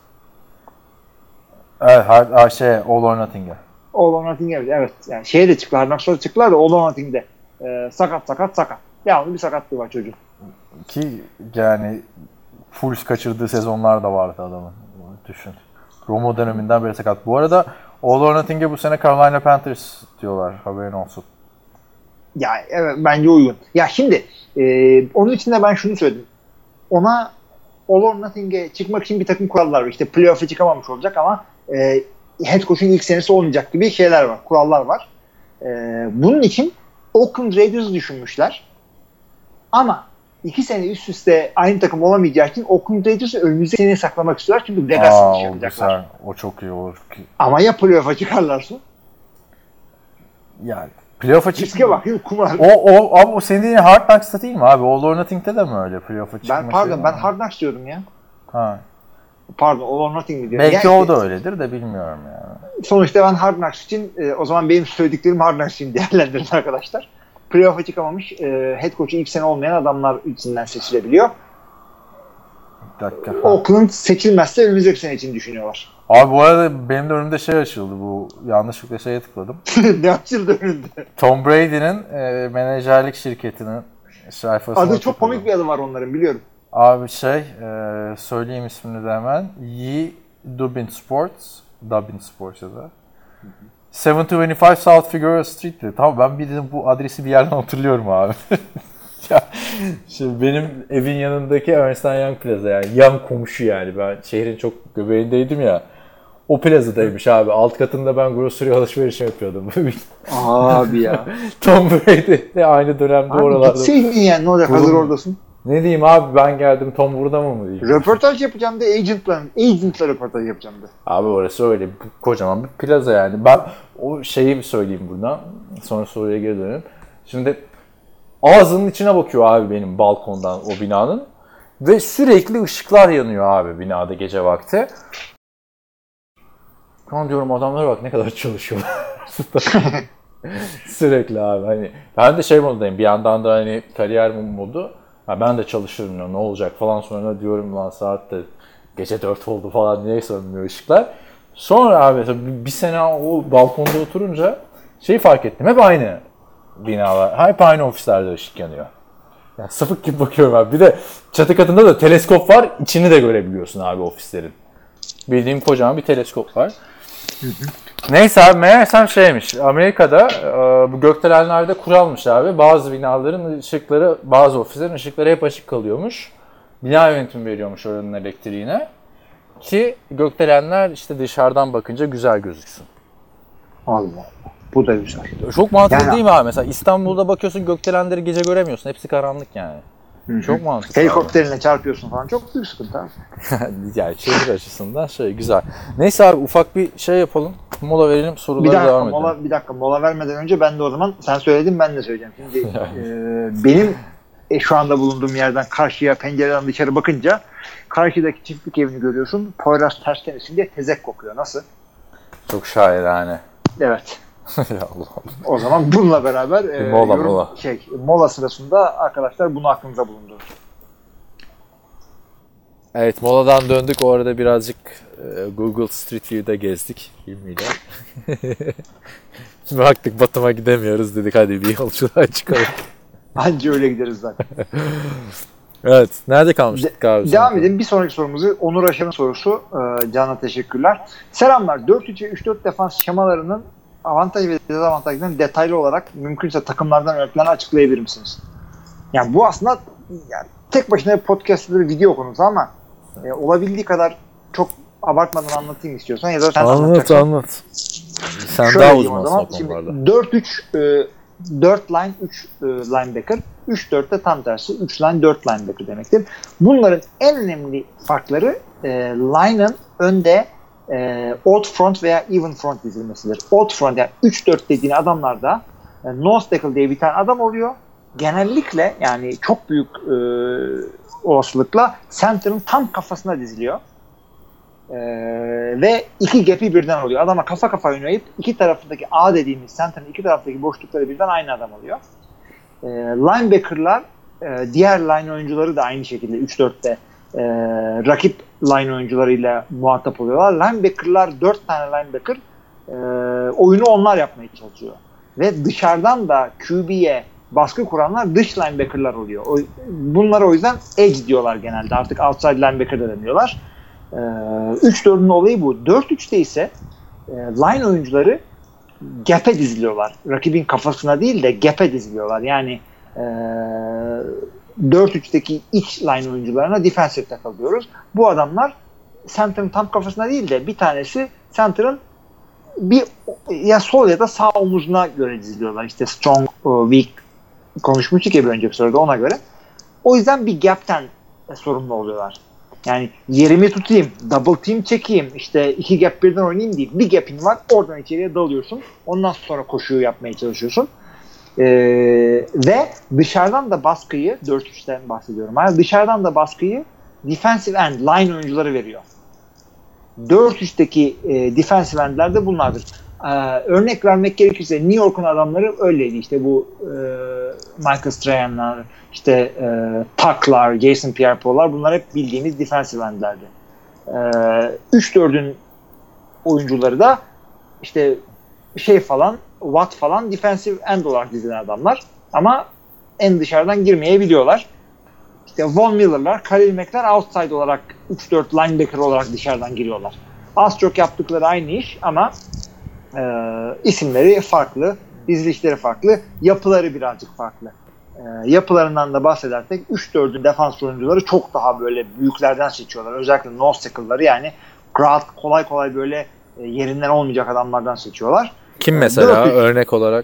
Evet, All or Nothing'e. All or Nothing'e, evet. Yani de çıktı, Hard Knocks'ta da çıktılar da All or Nothing'de. Sakat. Devamlı bir sakatlığı var çocuğun. Ki yani full kaçırdığı sezonlar da vardı adamın. Düşün. Romo döneminden beri sakat. Bu arada All or Nothing'e bu sene Carolina Panthers diyorlar. Haberin olsun. Ya evet, bence uygun. Ya şimdi onun için de ben şunu söyledim. Ona All or Nothing'e çıkmak için bir takım kurallar var. İşte playoff'a çıkamamış olacak ama head coach'un ilk senesi olmayacak gibi şeyler var. Kurallar var. Bunun için Oakland Raiders'ı düşünmüşler. Ama 2 sene üst üste aynı takım olamayacağı için Oakland Raiders'ı önümüzdeki seneye saklamak istiyorlar. Çünkü Vegas'ı yapacaklar. O çok iyi olur. Ama ya playoff'a çıkarlarsa? Yani playoff'a çıkıyor. Riske bak, kumar. O senin dediğin Hard Knocks'ta değil mi abi? All or Nothing'te de mi öyle playoff'a çıkmak? Ben Hard Knocks diyorum ya. Ha. Pardon, All or Nothing mi diyorum? Belki yani, o da öyledir de bilmiyorum yani. Sonuçta ben Hard Knocks için o zaman benim söylediklerim Hard Knocks için değerlendirin arkadaşlar. Playoff'a çıkamamış head coach'u ilk sene olmayan adamlar içinden seçilebiliyor. Bir dakika. Oakland seçilmezse önümüzdeki sene için düşünüyorlar. Abi bu arada benim de önümde açıldı, bu yanlışlıkla tıkladım. Ne açıldı önünde? Tom Brady'nin menajerlik şirketinin sayfasına adı çok komik bir adı var onların, biliyorum. Abi söyleyeyim ismini de hemen. Dubbin Sports ya da. 725 South Figueroa Street'ti. Tamam, ben bir dedim bu adresi bir yerden hatırlıyorum abi. Ya, şimdi benim evin yanındaki Ernst Young Plaza, yani yan komşu yani. Ben şehrin çok göbeğindeydim ya. O plazadaymış abi. Alt katında ben grocery alışverişi yapıyordum. Abi ya. Tom Brady de aynı dönemde abi oralarda. Gitseydin yani, ne olacak, hazır oradasın. Ne diyeyim abi, ben geldim Tom burada mı diyeyim? Röportaj yapacağım da agent'la röportaj yapacağım da. Abi orası öyle kocaman bir plaza yani. Ben o şeyi söyleyeyim buradan. Sonra soruya geri dönelim. Şimdi ağzının içine bakıyor abi benim balkondan o binanın. Ve sürekli ışıklar yanıyor abi binada gece vakti. Ben diyorum adamlara bak ne kadar çalışıyorlar. Sürekli abi hani. Ben de modundayım bir yandan da hani kariyer modu. Ben de çalışırım ya, ne olacak falan, sonra diyorum lan saat de gece 4 oldu falan, niye sönmüyor ışıklar. Sonra abi bir sene o balkonda oturunca fark ettim, hep aynı binalar, hep aynı ofislerde ışık yanıyor. Yani sapık gibi bakıyorum abi. Bir de çatı katında da teleskop var, içini de görebiliyorsun abi ofislerin. Bildiğim kocaman bir teleskop var. Neyse abi meğersem şeymiş. Amerika'da bu gökdelenlerde kuralmış abi. Bazı binaların ışıkları, bazı ofislerin ışıkları hep açık kalıyormuş. Bina yönetimi veriyormuş oranın elektriğine. Ki gökdelenler işte dışarıdan bakınca güzel gözüksün. Allah Allah. Bu da güzel. Çok mantıklı Yani- değil mi abi? Mesela İstanbul'da bakıyorsun gökdelenleri gece göremiyorsun. Hepsi karanlık yani. Çok mantıklı. Helikopterine çarpıyorsun falan. Çok büyük sıkıntı abi. Yani çevir açısından güzel. Neyse abi ufak bir şey yapalım. Mola verelim, sorulara devam edelim. Bir dakika mola vermeden önce ben de o zaman sen söyledin ben de söyleyeceğim. Şimdi benim şu anda bulunduğum yerden karşıya pencereden dışarı bakınca karşıdaki çiftlik evini görüyorsun. Poyraz tersten üstünde tezek kokuyor. Nasıl? Çok şairane. Evet. Ya Allah. O zaman bununla beraber Mola. mola sırasında arkadaşlar bunu aklınıza bulundurun. Evet moladan döndük. O arada birazcık Google Street View'da gezdik filmiyle. Şimdi baktık Batum'a gidemiyoruz dedik hadi bir yolculuğa çıkalım. Anca öyle gideriz zaten. Evet. Nerede kalmıştık abi? Devam edelim. Bir sonraki sorumuzu Onur Aşar'ın sorusu. Can'a teşekkürler. Selamlar. 4-3'e 3-4 defans şemalarının avantaj ve dezavantajlarını detaylı olarak mümkünse takımlardan örneklerini açıklayabilir misiniz? Yani bu aslında yani tek başına bir podcast'ta bir video konusu ama olabildiği kadar çok abartmadan anlatayım istiyorsan ya da sen Anlat. Sen şöyle daha diyeyim o uzmansın zaman. o Şimdi konularda. 4-3 4 line 3 linebacker 3-4'te tam tersi 3 line 4 linebacker demektir. Bunların en önemli farkları line'ın önde odd front veya even front dizilmesidir. Odd front yani 3-4 dediğin adamlarda nose tackle diye bir tane adam oluyor. Genellikle yani çok büyük olasılıkla center'ın tam kafasına diziliyor. Ve iki gap'i birden oluyor. Adama kafa kafa oynayıp iki tarafındaki A dediğimiz center'ın iki taraftaki boşlukları birden aynı adam oluyor. Linebacker'lar diğer line oyuncuları da aynı şekilde 3-4'te rakip line oyuncularıyla muhatap oluyorlar. Linebacker'lar 4 tane linebacker oyunu onlar yapmaya çalışıyor. Ve dışarıdan da QB'ye baskı kuranlar dış linebacker'lar oluyor. Bunlara o yüzden edge diyorlar genelde. Artık outside linebacker da deniyorlar. 3-4'ün olayı bu. 4-3'te ise line oyuncuları gap'e diziliyorlar. Rakibin kafasına değil de gap'e diziliyorlar. Yani 4-3'teki iç line oyuncularına defensive tackle diyoruz. Bu adamlar center'ın tam kafasına değil de bir tanesi center'ın bir ya sol ya da sağ omuzuna göre diziliyorlar. İşte strong, weak konuşmuştuk ya bir önceki soruda ona göre. O yüzden bir gap'ten sorumlu oluyorlar. Yani yerimi tutayım, double team çekeyim, işte iki gap birden oynayayım değil. Bir gap'in var, oradan içeriye dalıyorsun. Ondan sonra koşuyu yapmaya çalışıyorsun. Ve dışarıdan da baskıyı, 4-3'ten bahsediyorum. Yani dışarıdan da baskıyı defensive end, line oyuncuları veriyor. 4-3'teki defensive endler de bunlardır. Örnek vermek gerekirse New York'un adamları öyleydi. İşte bu Michael Strahan'lar, işte Tuck'lar, Jason Pierre-Paul'lar bunlar hep bildiğimiz defensive endlerdi. 3-4'ün oyuncuları da işte Watt falan defensive end olarak dizilen adamlar. Ama en dışarıdan girmeyebiliyorlar. İşte Von Miller'lar, Khalil Mack'ler outside olarak 3-4 linebacker olarak dışarıdan giriyorlar. Az çok yaptıkları aynı iş ama isimleri farklı, dizilişleri farklı, yapıları birazcık farklı. Yapılarından da bahsedersek 3-4'ün defans oyuncuları çok daha böyle büyüklerden seçiyorlar. Özellikle nose tackle'ları yani kolay kolay böyle yerinden olmayacak adamlardan seçiyorlar. Kim mesela örnek olarak?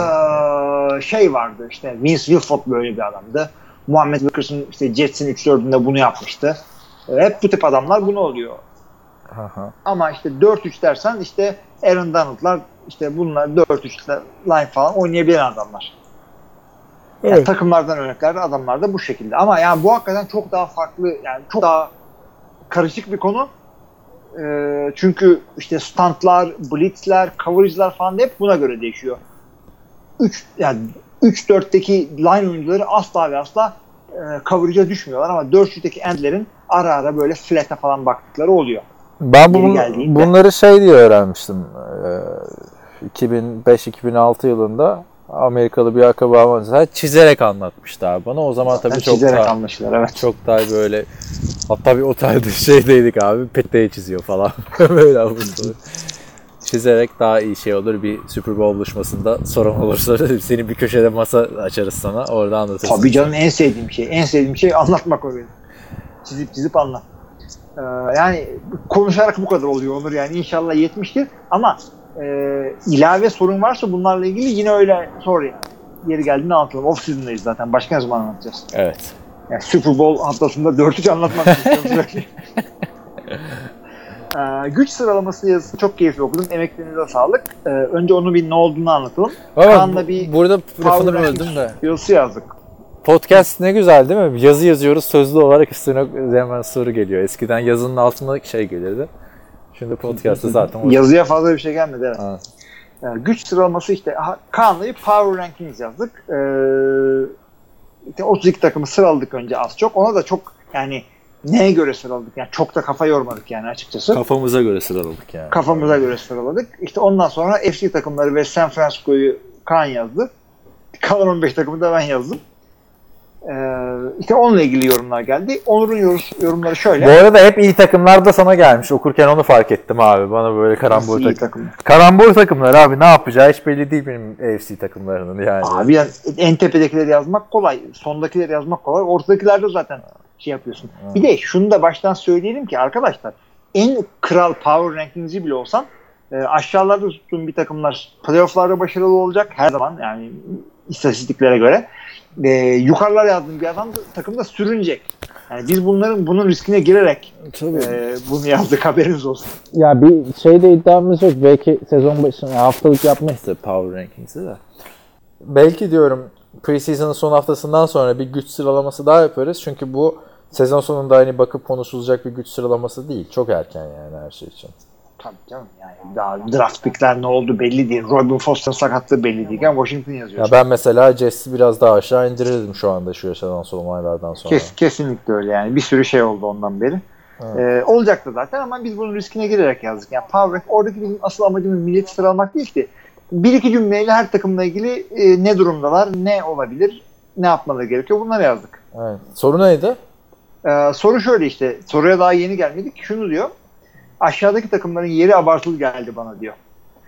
Vardı işte Vince Wilfork böyle bir adamdı. Muhammed Wilkerson işte Jets'in 3-4'ünde bunu yapmıştı. Hep bu tip adamlar bunu oluyor. Aha. Ama işte 4-3 dersen işte Aaron Donald'lar işte bunlar 4-3 line falan oynayabilen adamlar. Yani evet. Takımlardan örnekler adamlar da bu şekilde. Ama yani bu hakikaten çok daha farklı yani çok daha karışık bir konu. Çünkü işte stuntlar, blitzler, coverage'lar falan hep buna göre değişiyor. 3-4'teki line oyuncuları asla ve asla coverage'a düşmüyorlar ama 4-3'teki endlerin ara ara böyle flat'e falan baktıkları oluyor. Ben bunları diye öğrenmiştim. 2005-2006 yılında Amerikalı bir akrabam çizerek anlatmıştı abi bana. O zaman tabii çok daha, anlaşılır, evet. Çok daha böyle Hatta bir otelde şeydeydik abi. Peteğe çiziyor falan. Böyle avuntuları. Çizerek daha iyi şey olur. Bir Super Bowl buluşmasında sorun olursa seni bir köşede masa açarız sana. Orada anlatırsın. Tabii canım, en sevdiğim şey. En sevdiğim şey anlatmak o benim. Çizip anlat. Yani konuşarak bu kadar oluyor Onur, yani inşallah yetmiştir. Ama ilave sorun varsa bunlarla ilgili yine öyle sor yani. Yeri geldiğinde anlatalım. Off season'dayız zaten. Başka ne zaman anlatacağız? Evet. Yani Super Bowl haftasında 4-3 anlatmak istiyorum. Güç sıralaması yazısı çok keyifli okudum. Emeklerinize sağlık. Önce onu bir ne olduğunu anlatalım. Ama burada lafını böldüm de. Yazısı yazdık. Podcast ne güzel değil mi? Yazı yazıyoruz, sözlü olarak üstüne hemen soru geliyor. Eskiden yazının altında şey gelirdi. Şimdi podcast'ta zaten yazıya fazla bir şey gelmedi. Evet. Ha. Güç sıralaması işte Kaan'la Power Rankings yazdık. İşte 32 takımı sıraladık önce az çok. Ona da çok yani neye göre sıraladık? Yani çok da kafa yormadık yani açıkçası. Kafamıza göre sıraladık yani. Kafamıza göre sıraladık. İşte ondan sonra FC takımları ve San Francisco'yu Kaan yazdı. Kalan 15 takımı da ben yazdım. İşte onunla ilgili yorumlar geldi. Onur'un yorumları şöyle. Bu arada hep iyi takımlar da sana gelmiş. Okurken onu fark ettim abi. Bana böyle karambol takım. Karambol takımlar abi, ne yapacağı hiç belli değil benim AFC takımlarının yani. Abi yani en tepedekileri yazmak kolay. Sondakileri yazmak kolay. Ortadakilerde zaten şey yapıyorsun. Bir de şunu da baştan söyleyelim ki arkadaşlar, en kral power rankings'i bile olsan aşağılarda tuttuğun bir takımlar playoff'larda başarılı olacak her zaman, yani istatistiklere göre. Yukarılara yazdığım bir adam takımda sürünecek. Yani biz bunun riskine girerek bunu yazdık, haberiniz olsun. Ya bir şeyde iddiamız yok. Belki sezon başında haftalık yapmayız da Power Rankings'i de. Belki diyorum preseason'ın son haftasından sonra bir güç sıralaması daha yaparız. Çünkü bu sezon sonunda hani bakıp konuşulacak bir güç sıralaması değil. Çok erken yani her şey için. Tabii canım, yani daha draft pickler ne oldu belli değil. Robin Foster'ın sakatlığı belli değilken Washington yazıyor. Ya ben mesela Jess'i biraz daha aşağı indirirdim şu anda şu yaşanan son olaylardan sonra. Kesinlikle öyle yani. Bir sürü şey oldu ondan beri. Olacaktı zaten ama biz bunun riskine girerek yazdık. Yani Power Rank, oradaki bizim asıl amacımız milleti sıralamak değil ki. Bir iki cümleyle her takımla ilgili ne durumdalar, ne olabilir, ne yapmaları gerekiyor, bunları yazdık. Evet. Soru neydi? Soru şöyle işte. Soruya daha yeni gelmedik. Şunu diyor. Aşağıdaki takımların yeri abartılı geldi bana diyor.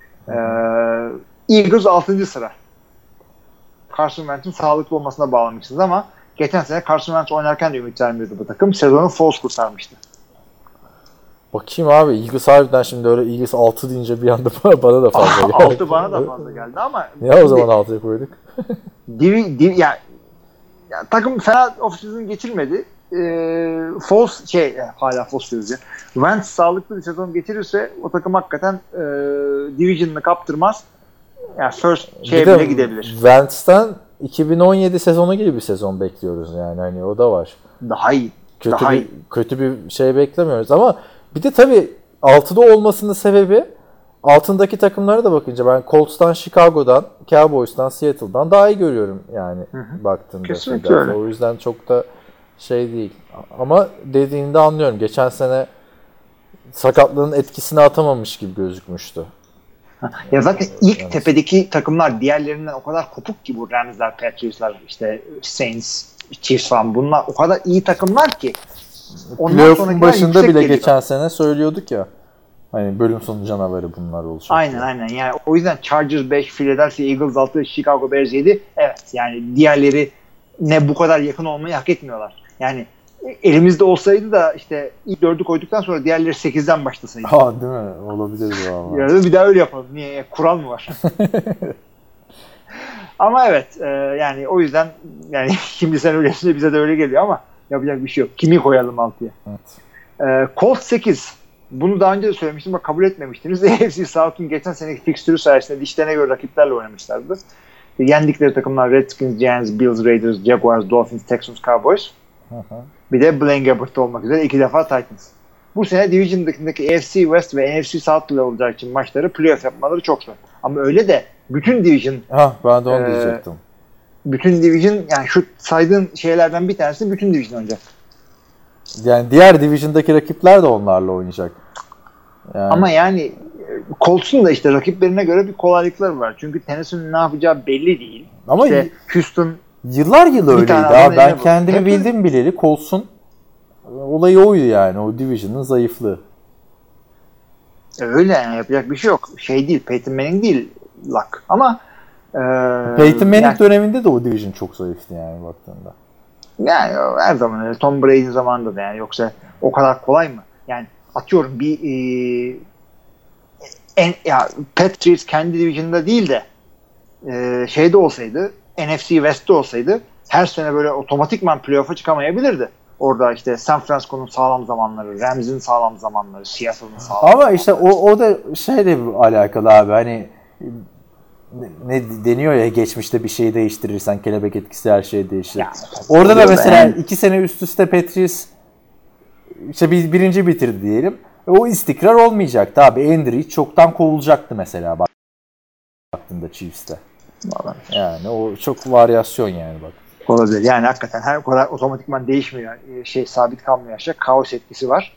Eagles 6. sıra. Carson Wentz'in sağlıklı olmasına bağlamışsınız ama geçen sene Carson Wentz oynarken de ümit vermiyordu bu takım. Sezonu Foles kurtarmıştı. Bakayım abi, Eagles harbiden şimdi öyle Eagles 6 deyince bir anda bana da fazla geldi. 6 bana da fazla geldi ama ya o zaman 6'ya koyduk. takım fena off-season geçirmedi. Foles hala Foles diyoruz ya. Wentz sağlıklı bir sezon geçirirse o takım hakikaten division'ını kaptırmaz. Yani first bile gidebilir. Wentz'ten 2017 sezonu gibi bir sezon bekliyoruz yani, hani o da var. Daha iyi. Kötü bir şey beklemiyoruz ama bir de tabii 6'da olmasının sebebi, altındaki takımlara da bakınca ben Colts'tan, Chicago'dan, Cowboys'tan, Seattle'dan daha iyi görüyorum yani baktığımda. Kesinlikle öyle. O yüzden çok da şey değil. Ama dediğinde anlıyorum. Geçen sene sakatlığın etkisini atamamış gibi gözükmüştü. Ya zaten ilk tepedeki takımlar diğerlerinden o kadar kopuk ki, bu Rams'ler, Patriots'lar, işte Saints, Chiefs falan, bunlar o kadar iyi takımlar ki. Playoff'un başında bile geçen sene söylüyorduk ya. Hani bölüm sonu canavarı bunlar olacak. Aynen. Yani o yüzden Chargers 5, Philadelphia Eagles 6, Chicago Bears 7. Evet yani diğerleri ne bu kadar yakın olmayı hak etmiyorlar. Yani elimizde olsaydı da işte ilk 4'ü koyduktan sonra diğerleri 8'den başlasaydı. Ha değil mi? Olabilir bu ama. Yani bir daha öyle yapalım. Niye? Kural mı var? Ama evet yani o yüzden yani şimdi sen öylesine bize de öyle geliyor ama yapacak bir şey yok. Kimi koyalım 6'ya? Evet. Colts 8. Bunu daha önce de söylemiştim ama kabul etmemiştiniz. AFC South'un geçen seneki fikstürü sayesinde dişlerine göre rakiplerle oynamışlardı. Yendikleri takımlar Redskins, Giants, Bills, Raiders, Jaguars, Dolphins, Texans, Cowboys. Bir de Blaine Gabbert olmak üzere 2 defa Titans. Bu sene Division'daki AFC West ve NFC South ile olacağı için maçları playoff yapmaları çok zor. Ama öyle de bütün Division... ben de onu diyecektim. Bütün Division, yani şu saydığın şeylerden bir tanesi bütün Division oynayacak. Yani diğer Division'daki rakipler de onlarla oynayacak. Yani. Ama yani Colts'un da işte rakiplerine göre bir kolaylıkları var. Çünkü Tennessee'nin ne yapacağı belli değil. Ama işte Houston yıllar öyleydi abi. Ben kendimi bildim bileli Colts'un olayı oydu yani. O division'ın zayıflığı. Öyle yani yapacak bir şey yok. Şey değil, Peyton Manning değil Luck. Ama Peyton Manning yani, döneminde de o division çok zayıftı yani baktığında. yani her zaman öyle. Tom Brady zamanında da yani. Yoksa o kadar kolay mı? Yani atıyorum bir Patriots kendi division'da değil de şeyde olsaydı, NFC West'te olsaydı her sene böyle otomatikman playoff'a çıkamayabilirdi. Orada işte San Francisco'nun sağlam zamanları, Rams'in sağlam zamanları, Seattle'ın sağlam Ama zamanları. işte o da şeyle alakalı abi, hani ne deniyor ya, geçmişte bir şeyi değiştirirsen kelebek etkisi her şeyi değişir. Ya, orada da mesela yani 2 sene üst üste Patriots işte birinci bitirdi diyelim. O istikrar olmayacaktı abi. Andrew çoktan kovulacaktı mesela baktığında Chiefs'te. vallahi. Yani o çok varyasyon yani bak. Olabilir. Yani hakikaten her kadar otomatikman değişmiyor. Sabit kalmıyor aşağı. Kaos etkisi var.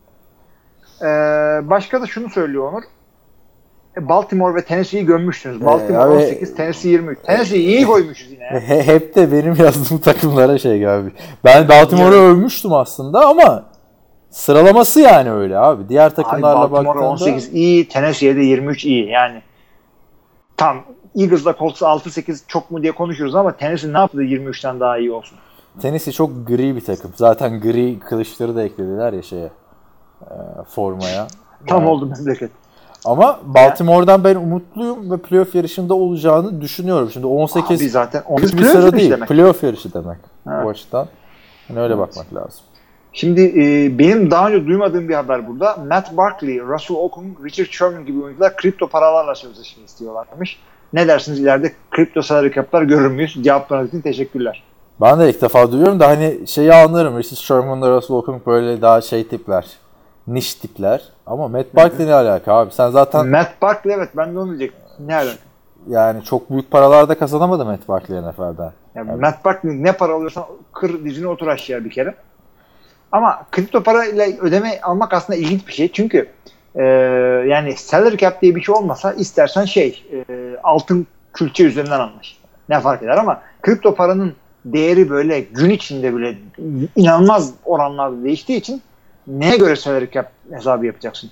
Başka da şunu söylüyor Onur. Baltimore ve Tennessee'yi gömmüşsünüz. Baltimore 18, Tennessee 23. Tennessee'yi iyi koymuşuz yine. Hep de benim yazdığım takımlara şey abi. Ben Baltimore'u övmüştüm aslında ama sıralaması yani öyle abi. Diğer takımlarla Baltimore baktığında 18 iyi, Tennessee'ye de 23 iyi. Yani tam Eagles'la Colts'a 6-8 çok mu diye konuşuyoruz ama Tennessee ne yaptı 23'ten daha iyi olsun? Tennessee çok gri bir takım. Zaten gri kılıçları da eklediler ya şeye, formaya. Tam yani. oldu memleket. Ama Baltimore'dan ben umutluyum ve playoff yarışında olacağını düşünüyorum. Şimdi 18 Abi zaten bir sıra değil. Playoff yarışı demek. Evet. O açıdan. Yani öyle bakmak lazım. Şimdi benim daha önce duymadığım bir haber burada. Matt Barkley, Russell Okung, Richard Sherman gibi oyuncular kripto paralarla sözleşme istiyorlarmış. Ne dersiniz, ileride kripto salary cap'lar görür müyüz? Cevaplarınız için teşekkürler. Ben de ilk defa duyuyorum da hani şeyi anlarım. Richard Sherman'la Russell Okung böyle daha şey tipler. Niş tipler. Ama Matt Barkley ne alaka abi? Sen zaten... Matt Barkley, evet, ben de onu diyecektim. Ne alaka? Yani çok büyük paralarda kazanamadı Matt Barkley NFL'den. Yani Matt Barkley ne para alıyorsan kır dizine otur aşağıya bir kere. Ama kripto parayla ödeme almak aslında ilginç bir şey. Çünkü yani salary cap diye bir şey olmasa istersen altın külçe üzerinden anlaş. Ne fark eder ama kripto paranın değeri böyle gün içinde bile inanılmaz oranlarda değiştiği için neye göre salary cap hesabı yapacaksın?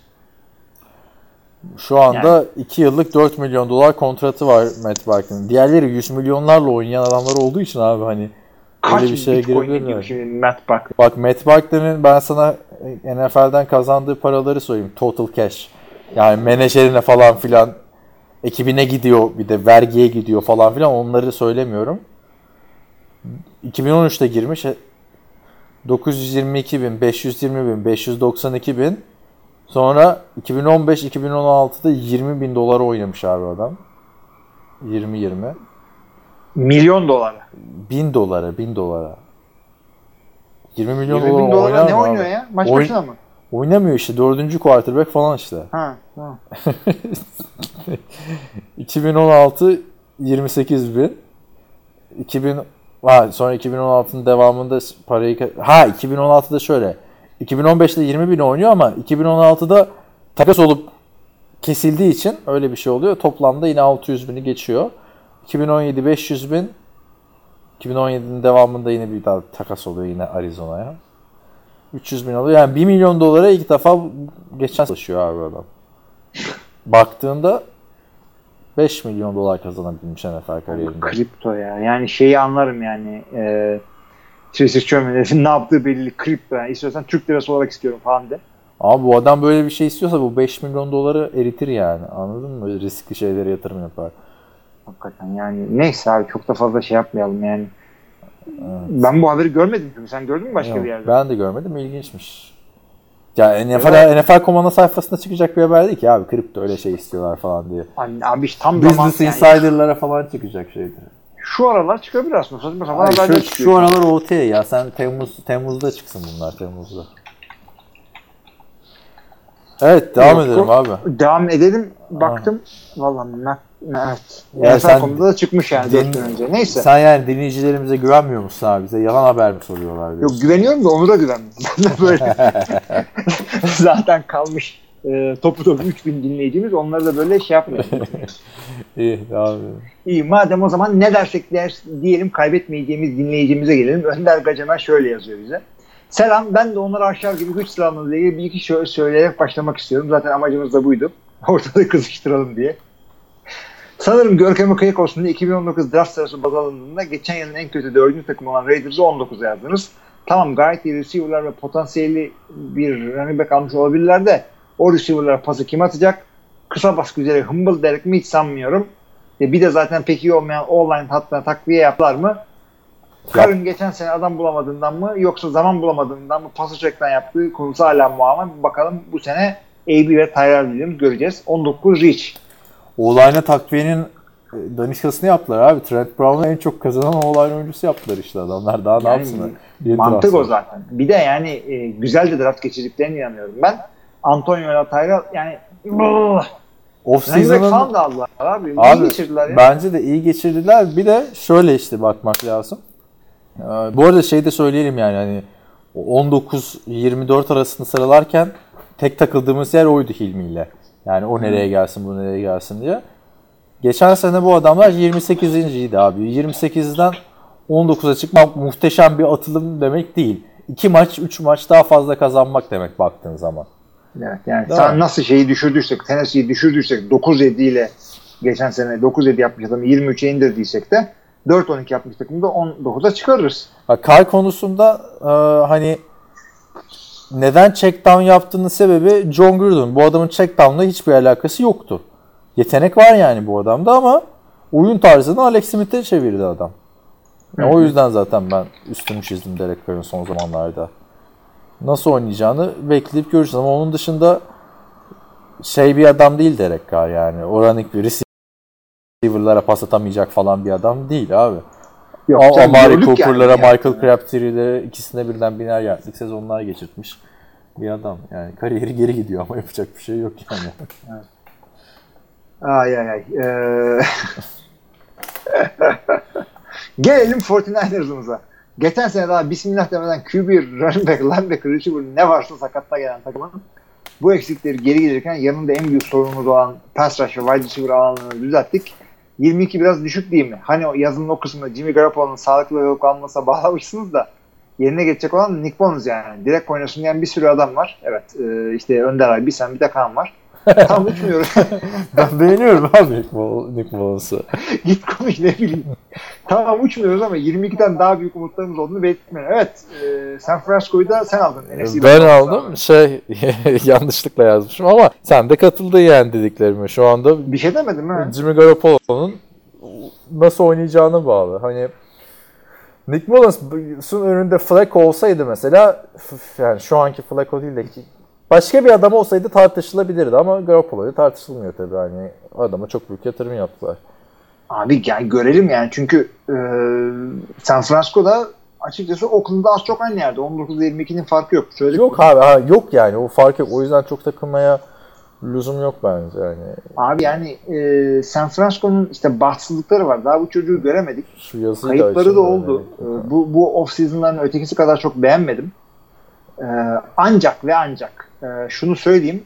Şu anda 2 yıllık 4 milyon dolar kontratı var Matt Barkley'nin. Diğerleri 100 milyonlarla oynayan adamlar olduğu için abi hani kaç öyle bir şeye Bitcoin gibi şimdi Matt Barkley. Bak Matt Barkley'nin ben sana NFL'den kazandığı paraları söyleyeyim. Total cash. Yani menajerine falan filan, ekibine gidiyor, bir de vergiye gidiyor falan filan, onları söylemiyorum. 2013'te girmiş 922 bin, 520 bin, 592 bin. Sonra 2015-2016'da 20 bin dolara oynamış abi adam. 20. Milyon dolara. 1000 dolara. 20 milyon 20 bin dolara dolara ne mı oynuyor abi? ya? Maç başına mı? Oynamıyor işte. 4. quarterback falan işte. Ha, tamam. 2016 28 bin. Sonra 2016'nın devamında parayı... 2016'da şöyle. 2015'te 20 bin oynuyor ama 2016'da takas olup kesildiği için öyle bir şey oluyor. Toplamda yine 600 bini geçiyor. 2017 500 bin. 2017'nin devamında yine bir daha takas oluyor yine Arizona'ya. 300 bin oluyor. Yani 1 milyon dolara ilk defa geçen çalışıyor abi adam. Baktığında 5 milyon dolar kazanabilmiş NFL kariyerinde. Kripto ya. Yani şeyi anlarım yani. Richard Sherman'ın ne yaptığı belli. Kripto yani. İstiyorsan Türk lirası olarak istiyorum falan de. Ama bu adam böyle bir şey istiyorsa bu 5 milyon doları eritir yani. Anladın mı? Riskli şeylere yatırım yapar. Hakikaten yani. Neyse abi, çok da fazla şey yapmayalım yani. Evet. Ben bu haberi görmedim çünkü. Sen gördün mü başka Yok, bir yerde? ben de görmedim. İlginçmiş. Ya NFL.com ana sayfasında çıkacak bir haber değil ki abi. Kripto öyle şey istiyorlar falan diye. Abi işte tam zaman Business Insider'lara falan çıkacak şeydir. Şu aralar çıkabilir aslında. Saçma sapan Ay, haberler çıkıyor. şu aralar OT ya. Sen Temmuz'da çıksın bunlar, Temmuz'da. Evet, devam edelim abi. Devam edelim. Baktım. Vallahi evet. Yani NFL konuda da çıkmış yani 4 gün önce. Neyse. Sen yani dinleyicilerimize güvenmiyor musun abi? Bize yalan haber mi soruyorlar diyorsun? Yok, güveniyorum da Onur'a güvenmiyorum. Ben de böyle zaten kalmış topu 3000 dinleyicimiz. Onları da böyle şey yapmıyor. İyi, devam edelim. İyi, madem o zaman ne dersek diyelim, kaybetmeyeceğimiz dinleyicimize gelelim. Önder Gacemer şöyle yazıyor bize. Selam, ben de onları aşar gibi güç sıralamamızla ilgili bir iki şey söyleyerek başlamak istiyorum. Zaten amacımız da buydu. Ortada kızıştıralım diye. Sanırım Görkem Kayık olsun diye 2019 draft sırası baz alındığında geçen yılın en kötü 4. takım olan Raiders'ı 19'a yazdınız. Tamam, gayet iyi receiver'lar ve potansiyeli bir running back almış olabilirler de o receiver'lara pası kim atacak? Kısa baskı üzere humble derek mi hiç sanmıyorum. Bir de zaten pek iyi olmayan online hattına takviye yaptılar mı? Karın geçen sene adam bulamadığından mı yoksa zaman bulamadığından mı pası çekten yaptığı konusu hala muamma. Bakalım bu sene AB ve Tyrell Williams göreceğiz. 19 Reach. O-line'a takviyenin danışkasını yaptılar abi. Trent Brown'u en çok kazanan o-line oyuncusu yaptılar işte adamlar. Daha ne yapsınlar? Mantık o zaten. Bir de yani güzel de draft geçirdiklerine inanıyorum ben. Antonio ile Tyrell yani off-season'ın falan da aldılar abi. İyi geçirdiler ya. Bence de iyi geçirdiler. Bir de şöyle işte bakmak lazım. Bu arada şey de söyleyelim yani hani 19-24 arasında sıralarken tek takıldığımız yer oydu Hilmi ile. Yani o nereye gelsin, bu nereye gelsin diye. Geçen sene bu adamlar 28.'ydi abi. 28'den 19'a çıkmak muhteşem bir atılım demek değil. 2 maç, 3 maç daha fazla kazanmak demek baktığın zaman. Evet, yani sen nasıl şeyi düşürdüysek, Tennessee'yi düşürdüysek 9-7 ile geçen sene 9-7 yapmış adamı 23'e indirdiysek de 4-12 yapmış takımda 19'a çıkarırız. Kyle konusunda hani neden check down yaptığının sebebi John Gruden. Bu adamın check down'la hiçbir alakası yoktu. Yetenek var yani bu adamda ama oyun tarzını Alex Smith'e çevirdi adam. Yani o yüzden zaten ben üstünü çizdim Derek Carr'ın son zamanlarda. Nasıl oynayacağını bekleyip göreceğiz ama onun dışında şey bir adam değil Derek Carr yani. Oranik bir receiver'lara pas atamayacak falan bir adam değil abi. Amari Cooper'lara, yani Michael Crabtree'lere ikisine birden biner yardlık sezonlar geçirtmiş bir adam. Yani kariyeri geri gidiyor ama yapacak bir şey yok yani. Evet. Ay. Gelelim 49ers'ımıza. Geçen sene daha bismillah demeden QB, running back, linebacker, receiver ne varsa sakatla gelen takımın bu eksikleri geri gelirken yanında en büyük sorunumuz olan pass rush ve wide receiver alanlarını düzelttik. 22 biraz düşük değil mi? Hani o yazının o kısmında Jimmy Garoppolo'nun sağlıklı ve yok almasına bağlamışsınız da yerine geçecek olan Nick Bones yani. Direkt oynasın diyen bir sürü adam var. Evet. İşte Önder abi, bir sen bir de Kaan var. Tam uçmuyoruz. Ben beğeniyorum abi Nick Bones'u. Git konuş ne bileyim. Tamam uçmuyoruz ama 22'den daha büyük umutlarımız olduğunu belirtmiyorum. Evet. San Francisco'yu da sen aldın. Ben aldım. Yanlışlıkla yazmışım ama sen de katıldın yani dediklerime. Şu anda bir şey demedim ha. Jimmy Garoppolo'nun nasıl oynayacağına bağlı. Hani Nick Mullens'ın önünde Flacco olsaydı mesela yani şu anki Flacco değil de başka bir adam olsaydı tartışılabilirdi ama Garoppolo'yu tartışılmıyor tabii. Hani adama çok büyük yatırım yaptılar. Abi yani görelim yani çünkü San Francisco'da açıkçası Oakland'da az çok aynı yerde. 19-22'nin farkı yok. Yok abi yok yani o fark yok. O yüzden çok takılmaya lüzum yok bence yani. Abi yani San Francisco'nun işte bahtsızlıkları var. Daha bu çocuğu göremedik. Şu yazıyı kayıpları da oldu. Bu off-season'ların ötekisi kadar çok beğenmedim. Ancak şunu söyleyeyim.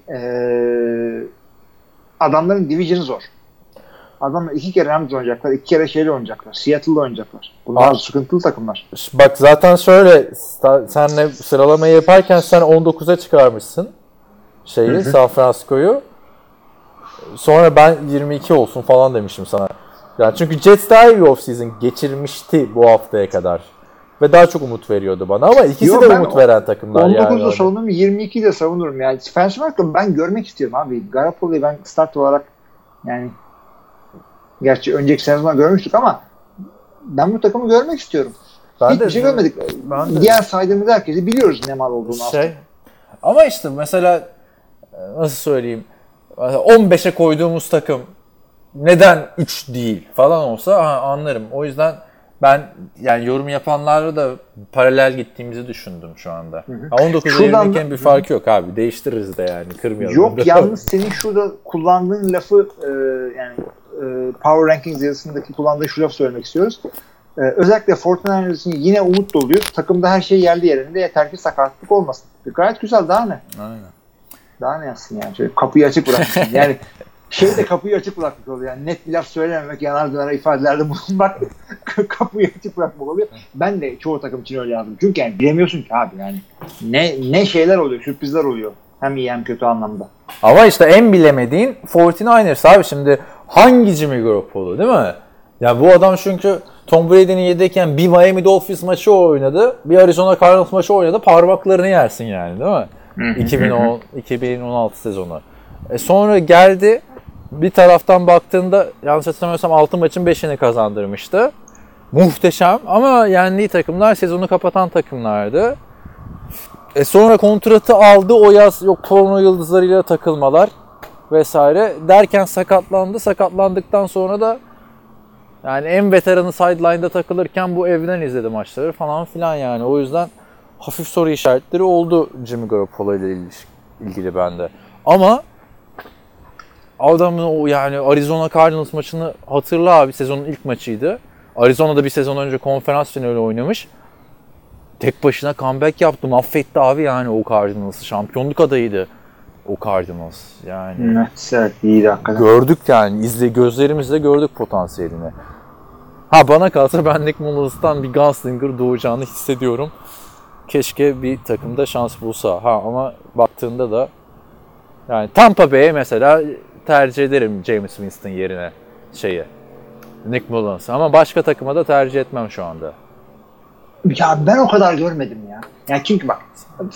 Adamların division'ı zor. Adamlar 2 kere Rams oynayacaklar, 2 kere şeyle oynayacaklar. Seattle'da oynayacaklar. Bunlar sıkıntılı takımlar. Bak zaten şöyle senle sıralamayı yaparken sen 19'a çıkarmışsın San Francisco'yu. Sonra ben 22 olsun falan demiştim sana. Yani çünkü Jets daha iyi bir off-season geçirmişti bu haftaya kadar. Ve daha çok umut veriyordu bana ama ikisi de umut veren takımlar 19'da savunurum, 22'yi de savunurum yani. Spencer ben görmek istiyorum abi. Garoppolo'yu ben start olarak yani gerçi önceki sezonda görmüştük ama ben bu takımı görmek istiyorum. Hiçbir şey görmedik. Diğer saydığımız herkesi biliyoruz ne mal olduğunu aslında. Ama işte mesela nasıl söyleyeyim 15'e koyduğumuz takım neden 3 değil falan olsa anlarım. O yüzden ben yani yorum yapanlarla da paralel gittiğimizi düşündüm şu anda. 19-22'nin bir farkı yok abi. Değiştiririz de yani. Kırmayalım. Yok yalnız senin şurada kullandığın lafı yani Power Rankings yazısındaki kullandığı şu lafı söylemek istiyoruz. Özellikle 49ers'ın yine umut doluyuz. Takımda her şey yerli yerinde. Yeter ki sakatlık olmasın. Gayet güzel. Daha ne? Aynen. Daha ne yazsın yani? Şöyle kapıyı açık bırakmışsın. Yani Şeyde kapıyı açık bırakmak oluyor. Yani net bir laf söylememek, yanar döner ifadelerde bulunmak kapıyı açık bırakmak oluyor. Ben de çoğu takım için öyle yazdım. Çünkü yani bilemiyorsun ki abi yani. Ne şeyler oluyor, sürprizler oluyor. Hem iyi hem kötü anlamda. Ama işte en bilemediğin 49ers abi, şimdi hangi Jimmy Garoppolo değil mi? Ya bu adam çünkü Tom Brady'nin yedeyken bir Miami Dolphins maçı oynadı, bir Arizona Cardinals maçı oynadı, parmaklarını yersin yani değil mi? 2016 sezonu. Sonra geldi, bir taraftan baktığında yanlış hatırlamıyorsam 6 maçın 5'ini kazandırmıştı. Muhteşem ama yendiği takımlar sezonu kapatan takımlardı. Sonra kontratı aldı, o yaz yok porno yıldızlarıyla takılmalar vesaire derken sakatlandı. Sakatlandıktan sonra da yani en veteranı sideline'da takılırken bu evden izledi maçları falan filan yani. O yüzden hafif soru işaretleri oldu Jimmy Garoppolo ile ilgili bende. Ama adamın o yani Arizona Cardinals maçını hatırla abi, sezonun ilk maçıydı. Arizona'da bir sezon önce konferans finali oynamış. Tek başına comeback yaptı. Affetti abi yani o Cardinals'ı. Şampiyonluk adayıydı o Cardinals. Yani Evet, iyiydi hakikaten. gördük yani. Gözlerimizle gördük potansiyelini. Ha bana kalsa ben Nick Mullins'tan bir gunslinger doğacağını hissediyorum. Keşke bir takımda şans bulsa. Ha ama baktığında da yani Tampa Bay'e mesela tercih ederim Jameis Winston yerine Nick Mullins. Ama başka takıma da tercih etmem şu anda. Ya ben o kadar görmedim ya. Yani çünkü bak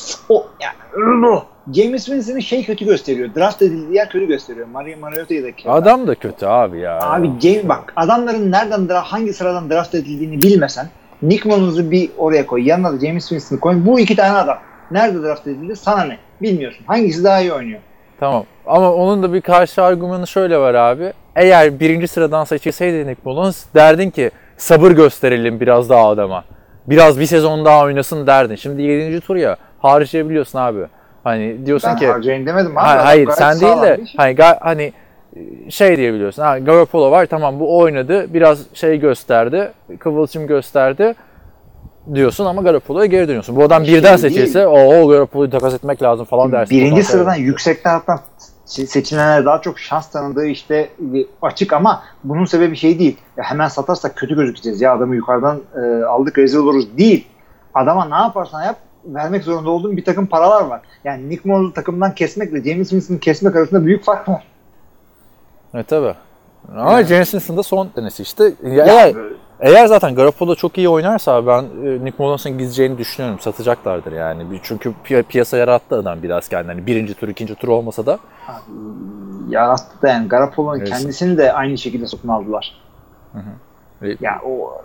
Jameis Winston'ın kötü gösteriyor. Draft edildiği yer kötü gösteriyor. Mariota'yı da adam da kötü abi ya. Abi bak adamların hangi sıradan draft edildiğini bilmesen Nick Mullins'ı bir oraya koy. Yanına da Jameis Winston'ı koy. Bu iki tane adam. Nerede draft edildi? Sana ne? Bilmiyorsun. Hangisi daha iyi oynuyor? Tamam. Ama onun da bir karşı argümanı şöyle var abi. Eğer birinci sıradan seçilseydi Nick Mullins derdin ki sabır gösterelim biraz daha adama. Biraz bir sezon daha oynasın derdin. Şimdi 7. tur ya, harcayabiliyorsun abi. Hani diyorsun ki harcayın demedim abi. Hayır sen değil de hani diyebiliyorsun. Garoppolo var, tamam bu oynadı. Biraz gösterdi. Kıvılcım gösterdi diyorsun ama Garoppolo'ya geri dönüyorsun. Bu adam birden seçilse o Garoppolo'yu takas etmek lazım falan dersin. Birinci sıradan yüksek taraftan seçilenlere daha çok şans tanıdığı açık ama bunun sebebi değil. Ya hemen satarsak kötü gözükeceğiz. Ya adamı yukarıdan aldık rezil oluruz değil. Adama ne yaparsan yap vermek zorunda olduğun bir takım paralar var. Yani Nick Mullins'ı takımdan kesmekle Jameis Winston'ı kesmek arasında büyük fark var. Evet tabii. Ama Jameis Winston da son denesi işte. Eğer zaten Garoppolo çok iyi oynarsa ben Nick Mullins'ın gideceğini düşünüyorum. Satacaklardır yani. Çünkü piyasa yarattı adam biraz kendini. Yani birinci tur, ikinci tur olmasa da. Yarattı da yani. Garoppolo'nun kendisini de aynı şekilde satın aldılar. Hı. Ya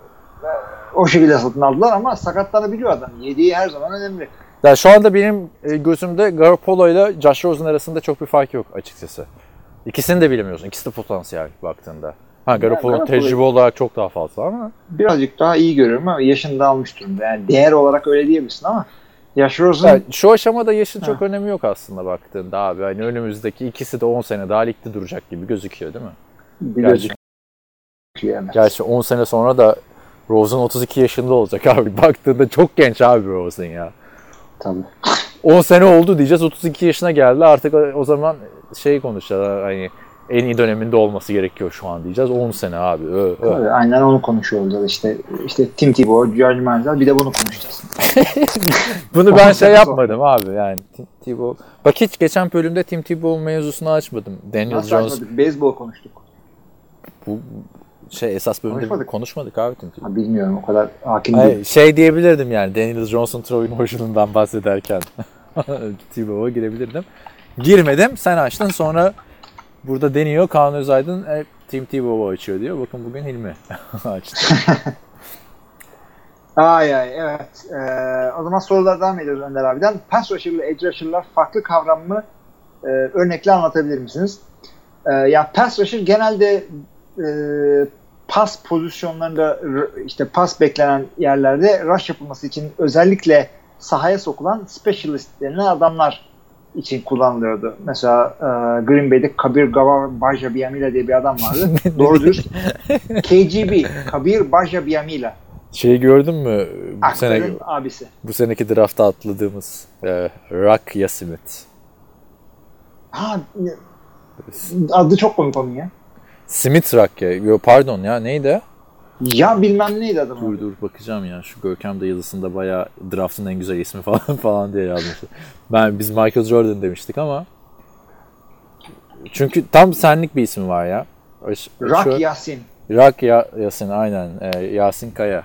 o şekilde satın aldılar ama sakatlanabiliyor adam. Yediği her zaman önemli. Ya şu anda benim gözümde Garoppolo ile Josh Rosen arasında çok bir fark yok açıkçası. İkisini de bilemiyorsun. İkisi de potansiyel baktığında. Garoppolo'nun tecrübe olarak çok daha fazla ama. Birazcık daha iyi görüyorum ama yaşını da almış durumda. Yani değer olarak öyle diyebilirsin ama Josh Rosen... Yani şu aşamada yaşın çok önemi yok aslında baktığında abi. Hani önümüzdeki ikisi de 10 sene daha ligde duracak gibi gözüküyor değil mi? Gerçi 10 sene sonra da Rosen 32 yaşında olacak abi. Baktığında çok genç abi Rosen ya. Tabii. 10 sene oldu diyeceğiz, 32 yaşına geldi. Artık o zaman konuşacağız hani en iyi döneminde olması gerekiyor şu an diyeceğiz. 10 sene abi. Tabii, aynen onu konuşuyoruz işte Tim Tebow, George Manziel, bir de bunu konuşacağız. Bunu ben yapmadım abi yani Tim Tebow. Bak hiç geçen bölümde Tim Tebow mevzusunu açmadım. Daniel Jones. Beyzbol konuştuk. Bu esas bölümde konuşmadık abi Tim Tebow. Bilmiyorum, o kadar hakim değilim. Diyebilirdim yani Daniel Johnson Troy'un hoşundan bahsederken Tebow'a girebilirdim. Girmedim, sen açtın, sonra burada deniyor Kaan Özaydın Tim Tebow'u açıyor diyor. Bakın bugün Hilmi açtı. Evet. O zaman sorular devam ediyoruz Önder abiden. Pass rusher ile edge rusher'lar farklı kavram mı? Örnekle anlatabilir misiniz? Ya pass rusher genelde pas pozisyonlarında pas beklenen yerlerde rush yapılması için özellikle sahaya sokulan specialist denilen adamlar için kullanılıyordu. Mesela Green Bay'de Kabir Gvardiya-Biamila diye bir adam vardı. Doğru dürüst. KGB, Kabir Gvardiya-Biamila. Gördün mü? Abisi. Bu seneki draftta atladığımız Rock Ya-Smith. Adı çok komik onun ya. Smith Rock ya. Yo, pardon ya neydi? Ya bilmem neydi adamın. Dur bakacağım ya. Şu Görkem de yazısında bayağı draft'ın en güzel ismi falan diye yazmıştı. Biz Michael Jordan demiştik ama çünkü tam senlik bir ismi var ya. Rock Yasin. Rock Yasin aynen. Yasin Kaya.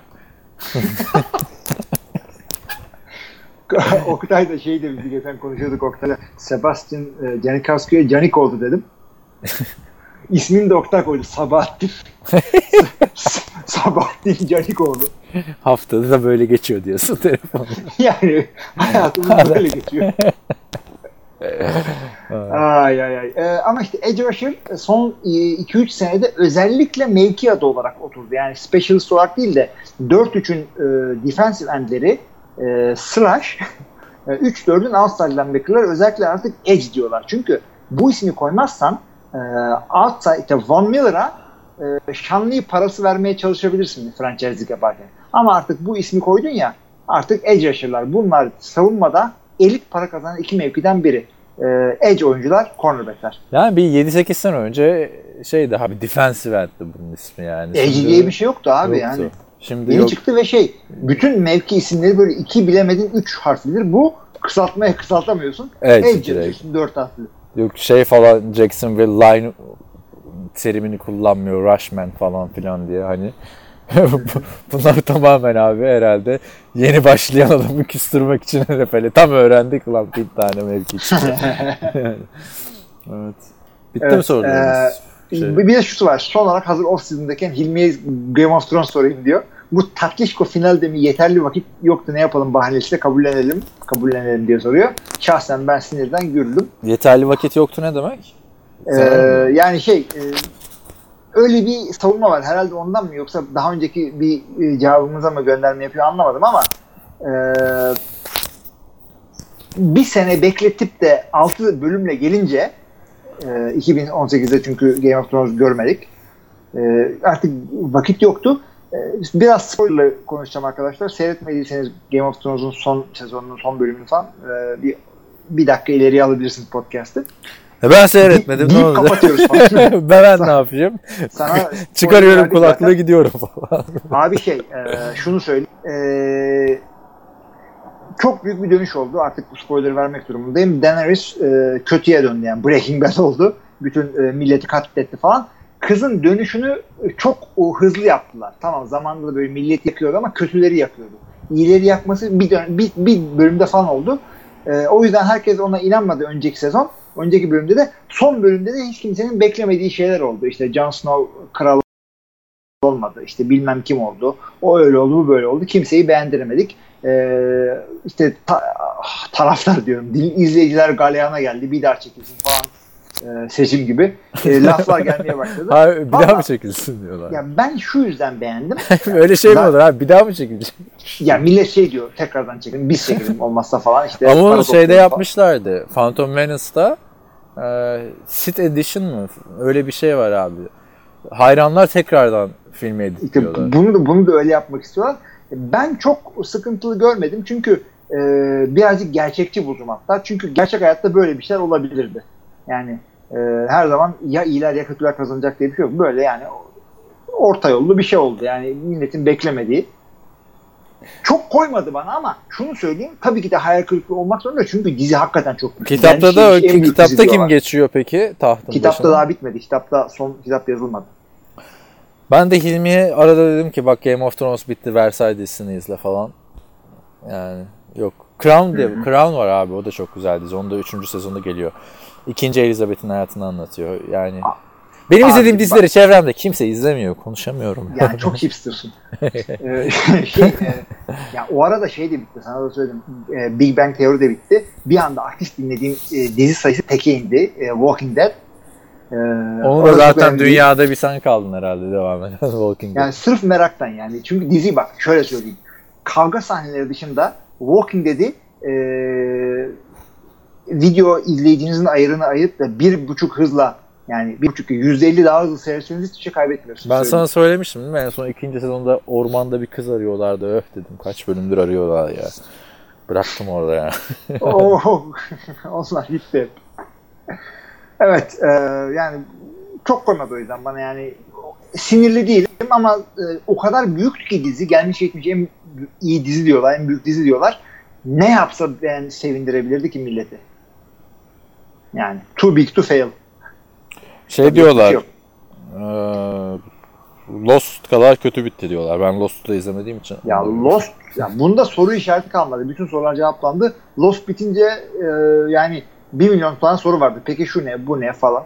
Oktay da şey demişti, geçen konuşuyorduk Oktay'la. Sebastian Janikowski'ye Canik oldu dedim. İsmini de Oktay koydu. Sabahattin. Sabahattin Canikoğlu. Haftada da böyle geçiyor diyorsun telefonu. Yani hayatımız böyle geçiyor. Ay. Ama işte edge rusher son 2-3 senede özellikle mevki adı olarak oturdu. Yani specialist olarak değil de 4-3'ün defensive endleri slash 3-4'ün outside linebacker'lar özellikle artık edge diyorlar. Çünkü bu ismi koymazsan outside işte Von Miller'a şanlı parası vermeye çalışabilirsin franchise'lik yaparken. Ama artık bu ismi koydun ya, artık edge rusher'lar. Bunlar savunmada elit para kazanan iki mevkiden biri. Edge oyuncular, cornerback'ler. Yani bir 7-8 sene önce şeydi abi, defensive end'di bunun ismi yani. Edge diye bir şey yoktu abi yani. Şimdi yeni çıktı ve bütün mevki isimleri böyle 2 bilemedin 3 harflidir. Bu kısaltmaya kısaltamıyorsun. Edge yazıyorsun 4 harfli. Yok falan Jacksonville line terimini kullanmıyor, rushman falan filan diye hani. Bunlar tamamen abi herhalde yeni başlayan adamı küstürmek için NFL'e tam öğrendik lan bir tane mevki için. Evet. Bitti mi sorularımız? Bir de şusu var. Son olarak hazır off-season'dayken Hilmi'ye Game of Thrones sorayım diyor. Bu tatlışko finalde mi yeterli vakit yoktu, ne yapalım bahanesiyle kabullenelim diye soruyor. Şahsen ben sinirden güldüm. Yeterli vakit yoktu ne demek? Yani öyle bir savunma var. Herhalde ondan mı yoksa daha önceki bir cevabımıza mı gönderme yapıyor anlamadım ama bir sene bekletip de 6 bölümle gelince 2018'de çünkü Game of Thrones görmedik. Artık vakit yoktu. Biraz spoiler'la konuşacağım arkadaşlar. Seyretmediyseniz Game of Thrones'un son sezonunun son bölümünü falan bir dakika ileriye alabilirsiniz podcast'ı. Ben seyretmedim. Deyip kapatıyoruz falan. ben ne yapayım? Sana çıkarıyorum kulaklığı zaten. Gidiyorum falan. Abi şunu söyleyeyim. Çok büyük bir dönüş oldu. Artık bu spoiler vermek durumundayım. Daenerys kötüye döndü yani. Breaking Bad oldu. Bütün milleti katletti falan. Kızın dönüşünü çok hızlı yaptılar. Tamam zamanında da böyle millet yakıyordu ama kötüleri yakıyordu. İyileri yakması bir bölümde falan oldu. O yüzden herkes ona inanmadı önceki sezon. Önceki bölümde de, son bölümde de hiç kimsenin beklemediği şeyler oldu. İşte Jon Snow kral olmadı. İşte bilmem kim oldu. O öyle oldu, bu böyle oldu. Kimseyi beğendiremedik. İşte taraftar diyorum. İzleyiciler galeyana geldi. Bir daha çekilsin falan. Seçim gibi. Laflar gelmeye başladı. Abi, bir daha mı çekilsin diyorlar. Ya ben şu yüzden beğendim. Öyle şey mi olur abi? Bir daha mı çekilecek? Ya millet diyor, tekrardan çekin. Biz çekelim olmazsa falan. İşte ama onu yapmışlardı. Phantom Menace'da Sit Edition mı? Öyle bir şey var abi. Hayranlar tekrardan filmi editliyorlar. İşte bunu da öyle yapmak istiyorlar. Ben çok sıkıntılı görmedim. Çünkü birazcık gerçekçi buldum hatta. Çünkü gerçek hayatta böyle bir şeyler olabilirdi. Yani her zaman ya iyiler ya kötüler kazanacak diye bir şey yok. Böyle yani orta yollu bir şey oldu. Yani milletin beklemediği. Çok koymadı bana ama şunu söyleyeyim. Tabii ki de hayal kırıklığı olmak zorunda. Çünkü dizi hakikaten çok büyük. Kitapta kitapta kim geçiyor peki tahtın Kitapta başına? daha bitmedi. Kitap yazılmadı. Ben de Hilmi'ye arada dedim ki bak Game of Thrones bitti, Versailles dizisini izle falan. Yani yok. Crown var abi, o da çok güzel dizi. Onun da 3. sezonu geliyor. 2. Elizabeth'in hayatını anlatıyor. Yani benim izlediğim dizileri çevremde kimse izlemiyor. Konuşamıyorum. Yani çok hipstersın. Ya o arada de bitti. Sana da söyledim. Big Bang Theory de bitti. Bir anda aktif dinlediğim dizi sayısı teke indi. Walking Dead. Onu da zaten dünyada bir sen kaldın herhalde devam eden Walking Dead. Yani sırf meraktan yani. Çünkü dizi bak şöyle söyleyeyim. Kavga sahneleri dışında Walking Dead'i video izleyicinizin ayarını ayırıp da 1.5 hızla, yani 1.5 %50 daha hızlı seyretseniz hiçbir şey kaybetmiyorsunuz. Ben sana söylemiştim değil mi? En son 2. sezonda ormanda bir kız arıyorlardı. Dedim. Kaç bölümdür arıyorlar ya. Bıraktım orada ya. Onlar gitti. Evet, yani çok koymadı o yüzden bana, yani sinirli değilim ama o kadar büyük ki dizi, gelmiş geçmiş en iyi dizi diyorlar, en büyük dizi diyorlar. Ne yapsa yani sevindirebilirdi ki milleti. Yani too big to fail. Şey diyorlar, Lost kadar kötü bitti diyorlar. Ben Lost'u da izlemediğim için. Ya Lost, ya bunda soru işareti kalmadı. Bütün sorular cevaplandı. Lost bitince yani 1 milyon tane soru vardı. Peki şu ne, bu ne falan.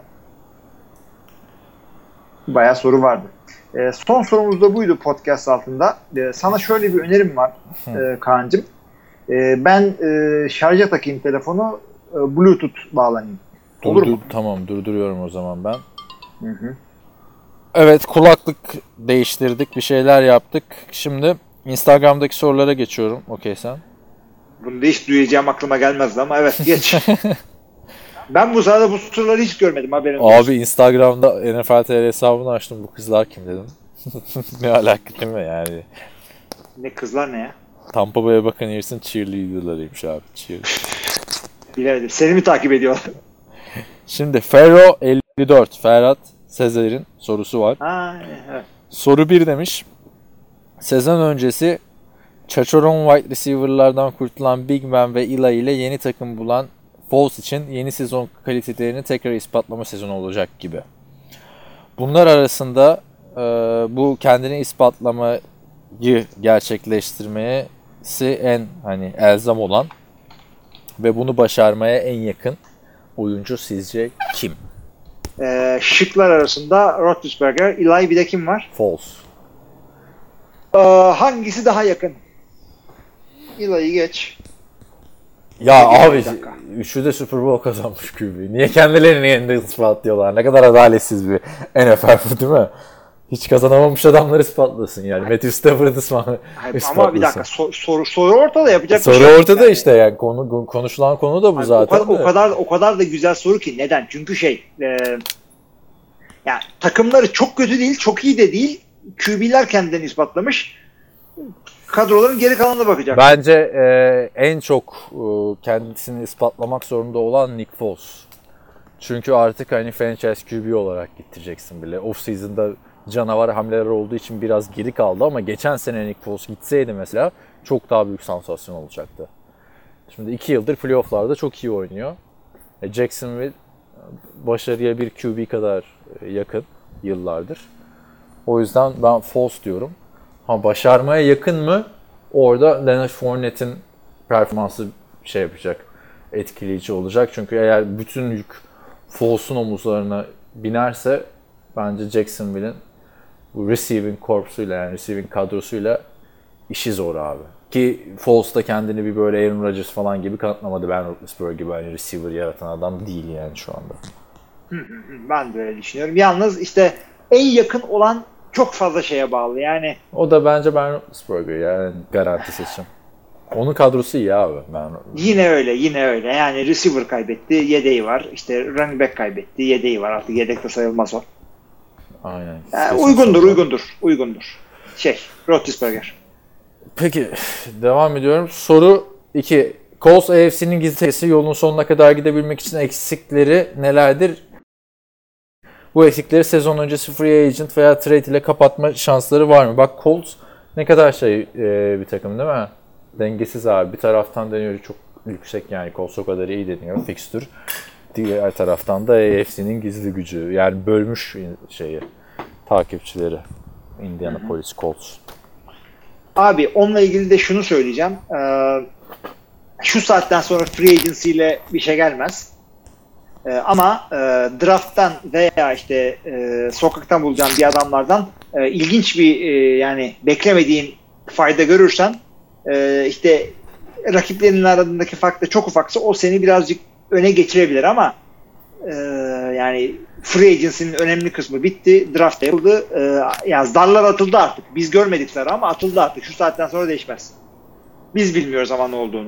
Bayağı soru vardı. Son sorumuz da buydu podcast altında. Sana şöyle bir önerim var Kaan'cığım. Ben şarja takayım telefonu, Bluetooth bağlanayım. Olur mu? Tamam, durduruyorum o zaman ben. Hı. Evet, kulaklık değiştirdik, bir şeyler yaptık. Şimdi Instagram'daki sorulara geçiyorum. Okey sen? Bunu da hiç duyacağım aklıma gelmezdi ama evet, geç. Ben bu sırada bu soruları hiç görmedim, haberin olsun. Abi Instagram'da NFL TR hesabını açtım. Bu kızlar kim dedim. Ne alaka değil mi yani? Ne kızlar ne ya? Tampa Bay Buccaneers'ın cheerleader'larıymış abi. Bilemedim. Seni mi takip ediyorlar? Şimdi Ferro 54, Ferhat Sezer'in sorusu var. Ha, evet. Soru 1 demiş. Sezon öncesi Chacharon wide receiver'lardan kurtulan Big Ben ve Eli ile yeni takım bulan Foles için yeni sezon kalitelerini tekrar ispatlama sezonu olacak gibi. Bunlar arasında bu kendini ispatlamayı gerçekleştirmesi en elzem olan ve bunu başarmaya en yakın oyuncu sizce kim? Şıklar arasında Roethlisberger, Eli, bir de kim var? Foles. Hangisi daha yakın? Eli'yi geç. Ya Peki, abi, üçü de Super Bowl kazanmış QB. Niye kendilerini yeniden ispatlıyorlar? Ne kadar adaletsiz bir NFL bu, değil mi? Hiç kazanamamış adamları ispatlasın yani. Matthew Stafford'ı ispatlasın. Ama bir dakika, soru ortada, yapacak bir soru şey yok. ortada yani. İşte yani konuşulan konu da bu zaten. O kadar da güzel soru ki. Neden? Çünkü yani takımları çok kötü değil, çok iyi de değil. QB'ler kendilerini ispatlamış. Kadroların geri kalanına bakacak. Bence en çok kendisini ispatlamak zorunda olan Nick Foles. Çünkü artık franchise QB olarak getireceksin bile. Off-season'da canavar hamleler olduğu için biraz geri kaldı ama geçen sene Nick Foles gitseydi mesela çok daha büyük sansasyon olacaktı. Şimdi 2 yıldır playoff'larda çok iyi oynuyor. Jacksonville başarıya bir QB kadar yakın yıllardır. O yüzden ben Foles diyorum. Başarmaya yakın mı? Orada Leonard Fournette'in performansı yapacak, etkileyici olacak. Çünkü eğer bütün yük Foles'un omuzlarına binerse bence Jacksonville'in bu receiving korpsuyla, yani receiving kadrosuyla işi zor abi. Ki Foles da kendini bir böyle Aaron Rodgers falan gibi kanıtlamadı. Ben Roethlisberger gibi receiver yaratan adam değil yani şu anda. Ben de öyle düşünüyorum. Yalnız işte en yakın olan çok fazla şeye bağlı yani. O da bence Ben Roethlisberger yani garanti seçim. Onun kadrosu iyi abi. Yine öyle. Yani receiver kaybetti, yedeği var. İşte running back kaybetti, yedeği var. Artık yedek de sayılmaz o. Aynen. Yani uygundur. Roethlisberger. Peki devam ediyorum. Soru 2. Colts AFC'nin gizli yolun sonuna kadar gidebilmek için eksikleri nelerdir? Bu eksikleri sezon öncesi free agent veya trade ile kapatma şansları var mı? Bak Colts ne kadar bir takım değil mi? Dengesiz abi. Bir taraftan deniyor çok yüksek, yani Colts o kadar iyi deniyor. Fixtür. Diğer taraftan da AFC'nin gizli gücü. Yani bölmüş takipçileri. Indianapolis Colts. Abi onunla ilgili de şunu söyleyeceğim. Şu saatten sonra free agency ile bir şey gelmez. Ama draft'tan veya sokaktan bulacağın bir adamlardan ilginç bir yani beklemediğin fayda görürsen rakiplerinin arasındaki fark da çok ufaksa o seni birazcık öne geçirebilir ama yani free agency'nin önemli kısmı bitti. Draft yapıldı. Zarlar atıldı artık. Biz görmedik zarı ama atıldı artık. Şu saatten sonra değişmez. Biz bilmiyoruz ama ne olduğunu.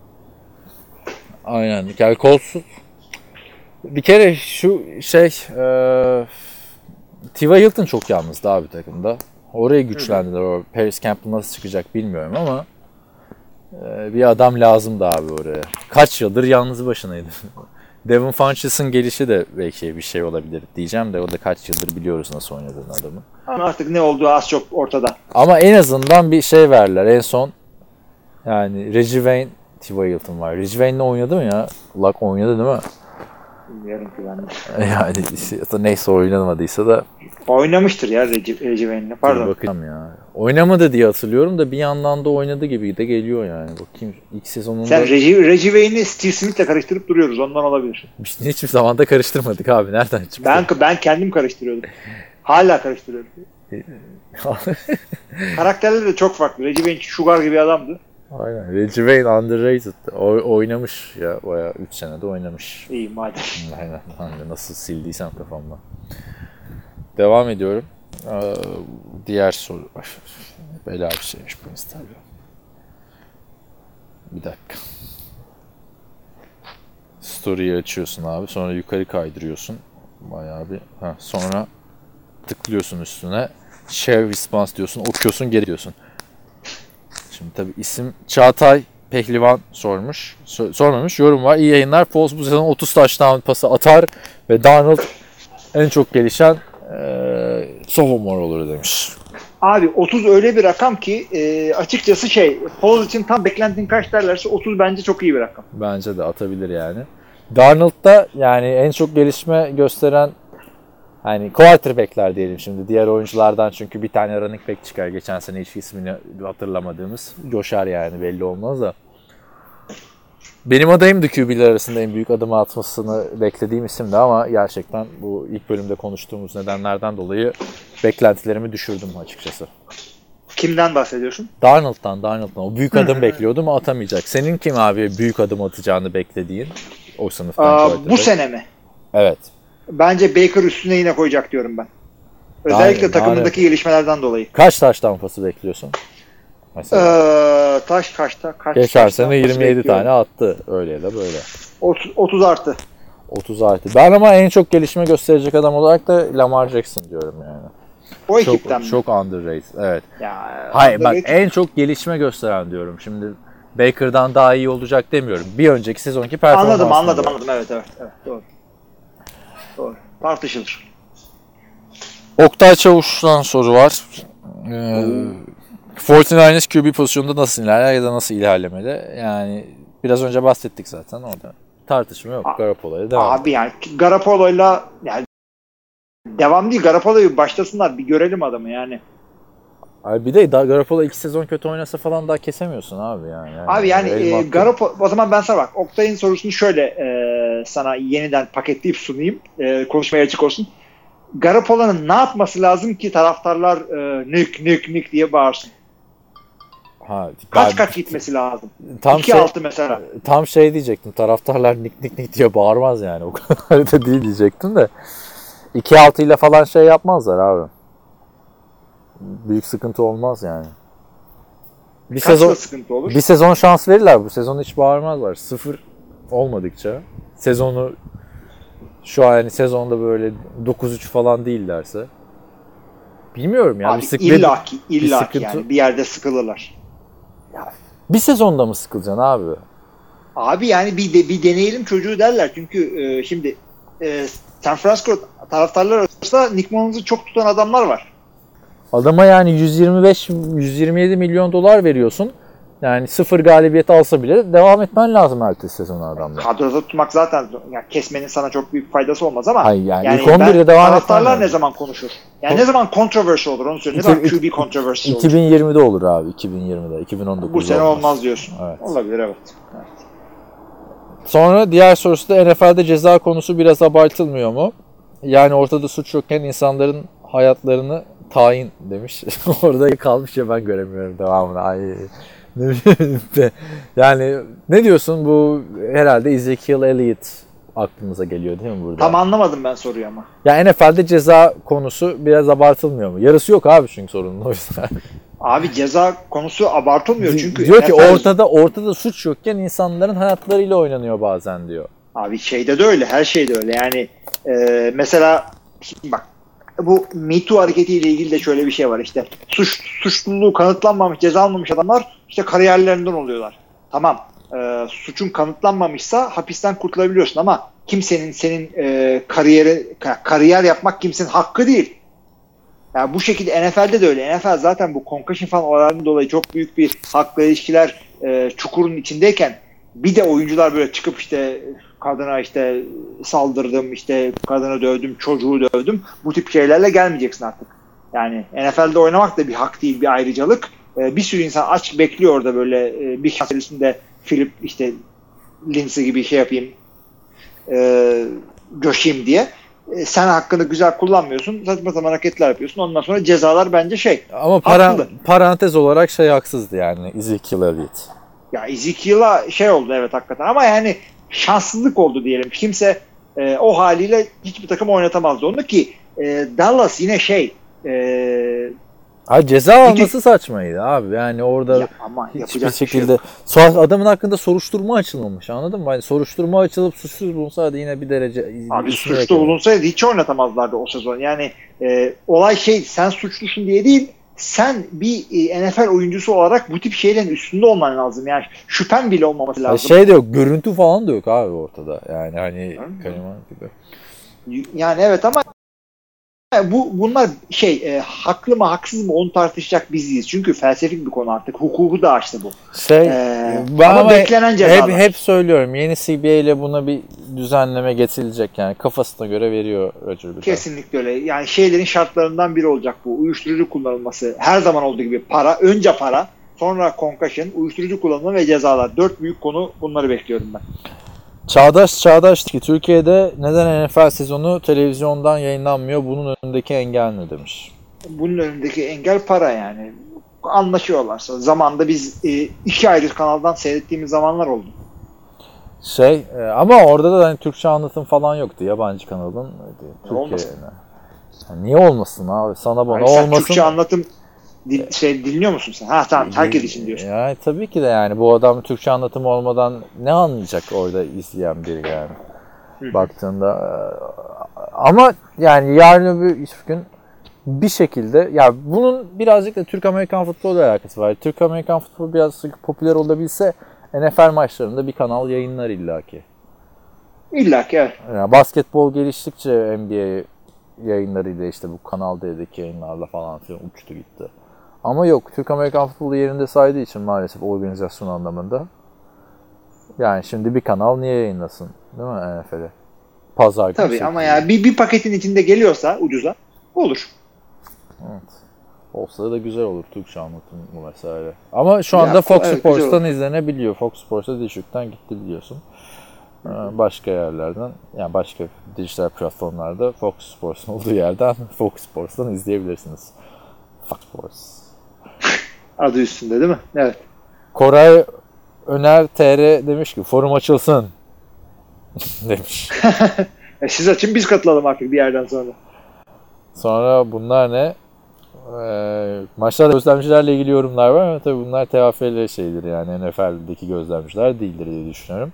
Aynen. Yani Colts bir kere şu T.Y. Hilton çok yalnızdı abi takımda. Orayı güçlendiler. O Paris Campbell nasıl çıkacak bilmiyorum ama bir adam lazımdı abi oraya. Kaç yıldır yalnız başınaydı. Devin Funches'ın gelişi de belki bir şey olabilir diyeceğim de o da kaç yıldır biliyoruz nasıl oynadığını adamın. Ama artık ne olduğu az çok ortada. Ama en azından bir şey verdiler. En son yani Reggie Wayne, T.Y. Hilton var. Reggie Wayne'le oynadı mı ya? Luck oynadı değil mi? Bilmiyorum ki ben de. Yani neyse oynamadıysa da Oynamıştır ya Reggie Wayne'le. Pardon. bakacağım ya. Oynamadı diye hatırlıyorum da bir yandan da oynadı gibi de geliyor yani. Bakayım ilk sezonunda. Sen Reggie Wayne'i Steve Smith'le karıştırıp duruyoruz. Ondan olabilir. Biz hiçbir zaman da karıştırmadık abi. Nereden çıktı? Ben kendim karıştırıyordum. Hala karıştırıyorum. Karakterleri de çok farklı. Reggie Wayne Sugar gibi adamdı. Aynen. Reggie Wayne underrated. Oynamış ya. Bayağı 3 senede oynamış. İyi madem. Aynen. Ben de nasıl sildiysem kafamdan. Devam ediyorum. Diğer soru. Bela bir şeymiş bu Instagram. Bir dakika. Story'yi açıyorsun abi. Sonra yukarı kaydırıyorsun. Bayağı bir. Sonra tıklıyorsun üstüne. Share response diyorsun. Okuyorsun, geri diyorsun. Şimdi tabii isim Çağatay Pehlivan sormuş. Sormamış. Yorum var. İyi yayınlar. Foles bu sezon 30 touchdown pası atar ve Darnold en çok gelişen sophomore olur demiş. Abi 30 öyle bir rakam ki açıkçası Foles için tam beklentin kaç derlerse 30 bence çok iyi bir rakam. Bence de atabilir yani. Darnold'da yani en çok gelişme gösteren hani quarterback'ler diyelim şimdi diğer oyunculardan çünkü bir tane running back çıkar. Geçen sene hiç ismini hatırlamadığımız. Coşar yani belli olmaz da. Benim adayım da QB'ler arasında en büyük adımı atmasını beklediğim isimdi ama gerçekten bu ilk bölümde konuştuğumuz nedenlerden dolayı beklentilerimi düşürdüm açıkçası. Kimden bahsediyorsun? Darnold'dan. O büyük adım bekliyordum ama atamayacak. Senin kim abi büyük adım atacağını beklediğin o sınıftan? Bu sene mi? Evet. Bence Baker üstüne yine koyacak diyorum ben. Özellikle takımındaki gelişmelerden dolayı. Kaç taş tampası bekliyorsun? Mesela. Kaç geçen sene 27 tane attı. Öyle ya da böyle. 30 artı. 30 artı. Ben ama en çok gelişme gösterecek adam olarak da Lamar Jackson diyorum yani. O ekipten mi? Çok underrated. Evet. Ya, hayır bak en çok gelişme gösteren diyorum. Şimdi Baker'dan daha iyi olacak demiyorum. Bir önceki sezonki performansını. Anladım. Evet, doğru. Tartışılır. Oktay Çavuş'tan soru var. 49ers QB pozisyonunda nasıl ilerler ya da nasıl ilerlemeli? Yani biraz önce bahsettik zaten orada. Tartışma yok. Garoppolo'ya devam. Abi yani Garoppolo'yla yani devam değil. Garoppolo'yu başlasınlar. Bir görelim adamı yani. Abi bir de Garoppolo 2 sezon kötü oynasa falan daha kesemiyorsun abi yani. Abi yani Garoppolo o zaman ben sana bak Oktay'ın sorusunu şöyle sana yeniden paketleyip sunayım. Konuşmaya açık olsun. Garoppolo'nun ne yapması lazım ki taraftarlar nük diye bağırsın? Kaç gitmesi lazım? 2-6 mesela. Tam şey diyecektim. Taraftarlar nik diye bağırmaz yani. O kadar da değil diyecektim de. 2-6 ile falan şey yapmazlar abi. Büyük sıkıntı olmaz yani. Sıkıntı olur? Bir sezon şans verirler. Bu sezon hiç bağırmazlar. 0 olmadıkça. Sezonu şu an yani sezonda böyle 9-3 falan değillerse. Bilmiyorum ya. Abi illaki yani bir yerde sıkılırlar. Ya, bir sezonda mı sıkılacaksın abi? Abi yani bir deneyelim çocuğu derler. Çünkü şimdi San Francisco taraftarlar arasında Nick Mullins'ı çok tutan adamlar var. Adama yani 125-127 milyon dolar veriyorsun. Yani 0 galibiyet alsa bile devam etmen lazım ertesi sezonu adamla. Kadroda tutmak zaten yani kesmenin sana çok büyük faydası olmaz ama hayır, yani ilk 11'de devam taraftarlar ne zaman konuşur? Yani ne zaman controversy olur onu söyle. Ne zaman QB controversy olur? 2020'de olur abi. 2020'de. 2019'da bu sene olmaz diyorsun. Evet. Olabilir evet. Sonra diğer sorusu da NFL'de ceza konusu biraz abartılmıyor mu? Yani ortada suç yokken insanların hayatlarını tayin demiş. Orada kalmış ya ben göremiyorum devamını. Ay. Yani ne diyorsun bu herhalde Ezekiel Elliott aklımıza geliyor değil mi burada? Tam anlamadım ben soruyu ama. Ya NFL'de ceza konusu biraz abartılmıyor mu? Yarısı yok abi çünkü sorunun o yüzden. Abi ceza konusu abartılmıyor çünkü diyor ki ortada suç yokken insanların hayatlarıyla oynanıyor bazen diyor. Abi şeyde de öyle, her şeyde öyle. Yani mesela şimdi bak bu Me Too hareketiyle ilgili de şöyle bir şey var işte. Suçluluğu kanıtlanmamış, ceza almamış adamlar işte kariyerlerinden oluyorlar. Tamam. Suçun kanıtlanmamışsa hapisten kurtulabiliyorsun ama kimsenin senin kariyer yapmak kimsenin hakkı değil. Yani bu şekilde NFL'de de öyle. NFL zaten bu concussion falan olaylarından dolayı çok büyük bir hakla ilişkiler çukurun içindeyken bir de oyuncular böyle çıkıp işte kadına işte saldırdım, işte kadını dövdüm, çocuğu dövdüm. Bu tip şeylerle gelmeyeceksin artık. Yani NFL'de oynamak da bir hak değil, bir ayrıcalık. Bir sürü insan aç bekliyor orada böyle bir keresinde Philip işte Lindsey gibi şey yapayım, göşeyim diye. Sen hakkını güzel kullanmıyorsun. Saçma sapan hareketler yapıyorsun. Ondan sonra cezalar bence Ama parantez olarak haksızdı yani Ezekiel Elliott. Ya Ezekiel'a oldu evet hakikaten ama yani şanssızlık oldu diyelim. Kimse o haliyle hiçbir takım oynatamazdı onu ki Dallas yine ceza alması saçmaydı abi. Yani orada hiçbir şekilde adamın hakkında soruşturma açılmamış. Anladın mı? Yani soruşturma açılıp suçsuz bulunsaydı yine bir derece abi suçlu bulunsaydı hiç oynatamazlardı o sezon. Yani olay sen suçlusun diye değil, sen bir NFL oyuncusu olarak bu tip şeylerin üstünde olman lazım. Yani şüphen bile olmaması lazım. De yok, görüntü falan da yok abi ortada. Yani hani Kaliman gibi. Yani evet ama bunlar haklı mı haksız mı onu tartışacak biziz. Çünkü felsefik bir konu artık. Hukuku da açtı bu. Ama beklenen cezalar. Hep söylüyorum. Yeni CBA ile buna bir düzenleme getirilecek. Yani kafasına göre veriyor Roger Goodell. Kesinlikle öyle. Yani şeylerin şartlarından biri olacak bu. Uyuşturucu kullanılması. Her zaman olduğu gibi önce para, sonra concussion, uyuşturucu kullanımı ve cezalar. 4 büyük konu, bunları bekliyorum ben. Çağdaş ki Türkiye'de neden NFL sezonu televizyondan yayınlanmıyor? Bunun önündeki engel ne demiş? Bunun önündeki engel para yani. Anlaşıyorlarsa. Zamanında biz 2 ayrı kanaldan seyrettiğimiz zamanlar oldu. Ama orada da hani Türkçe anlatım falan yoktu. Yabancı kanalın Türkiye'ne. Yani niye olmasın abi? Sana bana olmasın. Türkçe anlatım dinliyor musun sen? Tamam, herkes için diyorsun. Yani tabii ki de yani bu adam Türkçe anlatımı olmadan ne anlayacak orada izleyen biri yani. Baktığında ama yani yarın öbür gün bir şekilde ya bunun birazcık da Türk-Amerikan futboluyla alakası var. Türk-Amerikan futbolu biraz popüler olabilse NFL maçlarında bir kanal yayınlar illaki. İllaki evet. Yani basketbol geliştikçe NBA yayınlarıyla işte bu Kanal D'deki yayınlarla falan filan uçtu gitti. Ama yok, Türk-Amerikan futbolu yerinde saydığı için maalesef organizasyon anlamında. Yani şimdi bir kanal niye yayınlasın? Değil mi NFL'e? Pazar günü. Tabii ama ya bir paketin içinde geliyorsa ucuza olur. Evet. Olsa da güzel olur Türkçe anlatımı vesaire. Ama şu anda Fox Sports'tan izlenebiliyor. Fox Sports'a düşükten gitti biliyorsun. Başka yerlerden, yani başka dijital platformlarda Fox Sports'un olduğu yerden Fox Sports'tan izleyebilirsiniz. Fox Sports. Adı üstünde değil mi? Evet. Koray Öner TR demiş ki forum açılsın demiş. Siz açın, biz katılalım artık bir yerden sonra. Sonra bunlar ne? Maçlarda gözlemcilerle ilgili yorumlar var ama tabii bunlar TFL şeydir yani NFL'deki gözlemciler değildir diye düşünüyorum.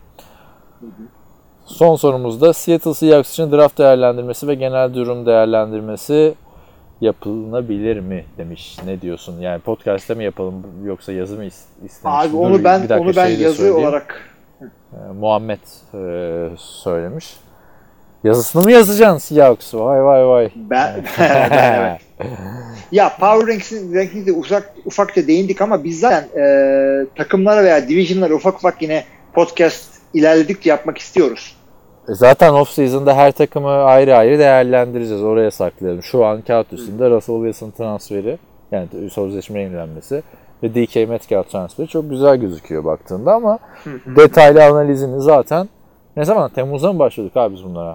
Son sorumuzda Seattle Seahawks için draft değerlendirmesi ve genel durum değerlendirmesi yapılabilir mi demiş. Ne diyorsun? Yani podcast'ta mı yapalım yoksa yazı mı istemiş? Abi onu ben yazı olarak Muhammed söylemiş. Yazısını mı yazacaksın Seahawks? Vay. Evet. Ya Power Rankings'de ufakça değindik ama biz zaten takımlara veya division'lara ufak yine podcast ilerledikçe yapmak istiyoruz. Zaten off-season'da her takımı ayrı ayrı değerlendireceğiz. Oraya saklayalım. Şu an kağıt üstünde Russell Wilson transferi, yani sözleşme yenilenmesi ve DK Metcalf transferi çok güzel gözüküyor baktığında ama detaylı analizini zaten ne zaman? Temmuz'da mı başladık abi biz bunlara?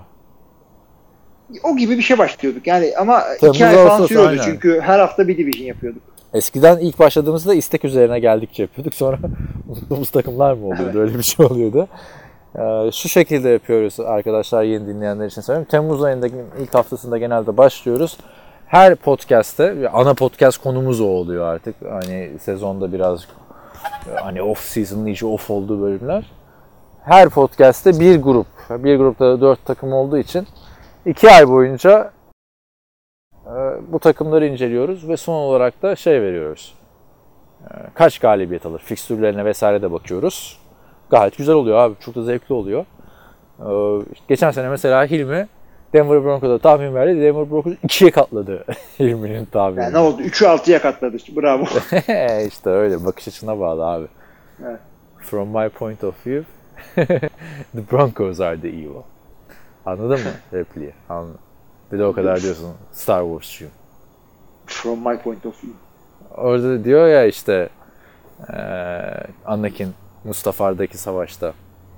O gibi bir şey başlıyorduk yani ama Temmuz, 2 ay falan sürüyordu aynen. Çünkü her hafta bir division yapıyorduk. Eskiden ilk başladığımızda istek üzerine geldikçe yapıyorduk. Sonra unuttuğumuz takımlar mı oluyordu? Evet. Öyle bir şey oluyordu. Şu şekilde yapıyoruz arkadaşlar, yeni dinleyenler için söyleyeyim. Temmuz ayındaki ilk haftasında genelde başlıyoruz. Her podcast'te, ana podcast konumuz o oluyor artık. Hani sezonda biraz hani off season'ın iyice off olduğu bölümler. Her podcast'te bir grupta 4 takım olduğu için 2 ay boyunca bu takımları inceliyoruz ve son olarak da veriyoruz. Kaç galibiyet alır? Fikstürlerine vesaire de bakıyoruz. Gayet güzel oluyor abi. Çok da zevkli oluyor. Geçen sene mesela Hilmi Denver Broncos'a tahmin verdi. Denver Broncos 2'ye katladı Hilmi'nin tahmini. Yani ne oldu? 3'ü 6'ya katladı. Bravo. İşte öyle. Bakış açına bağlı abi. Evet. From my point of view, the Broncos are the evil. Anladın mı repliği? Anladım. Bir de o kadar diyorsun Star Wars'cuyum. From my point of view. Orada diyor ya işte Anakin Mustafar'daki savaşta.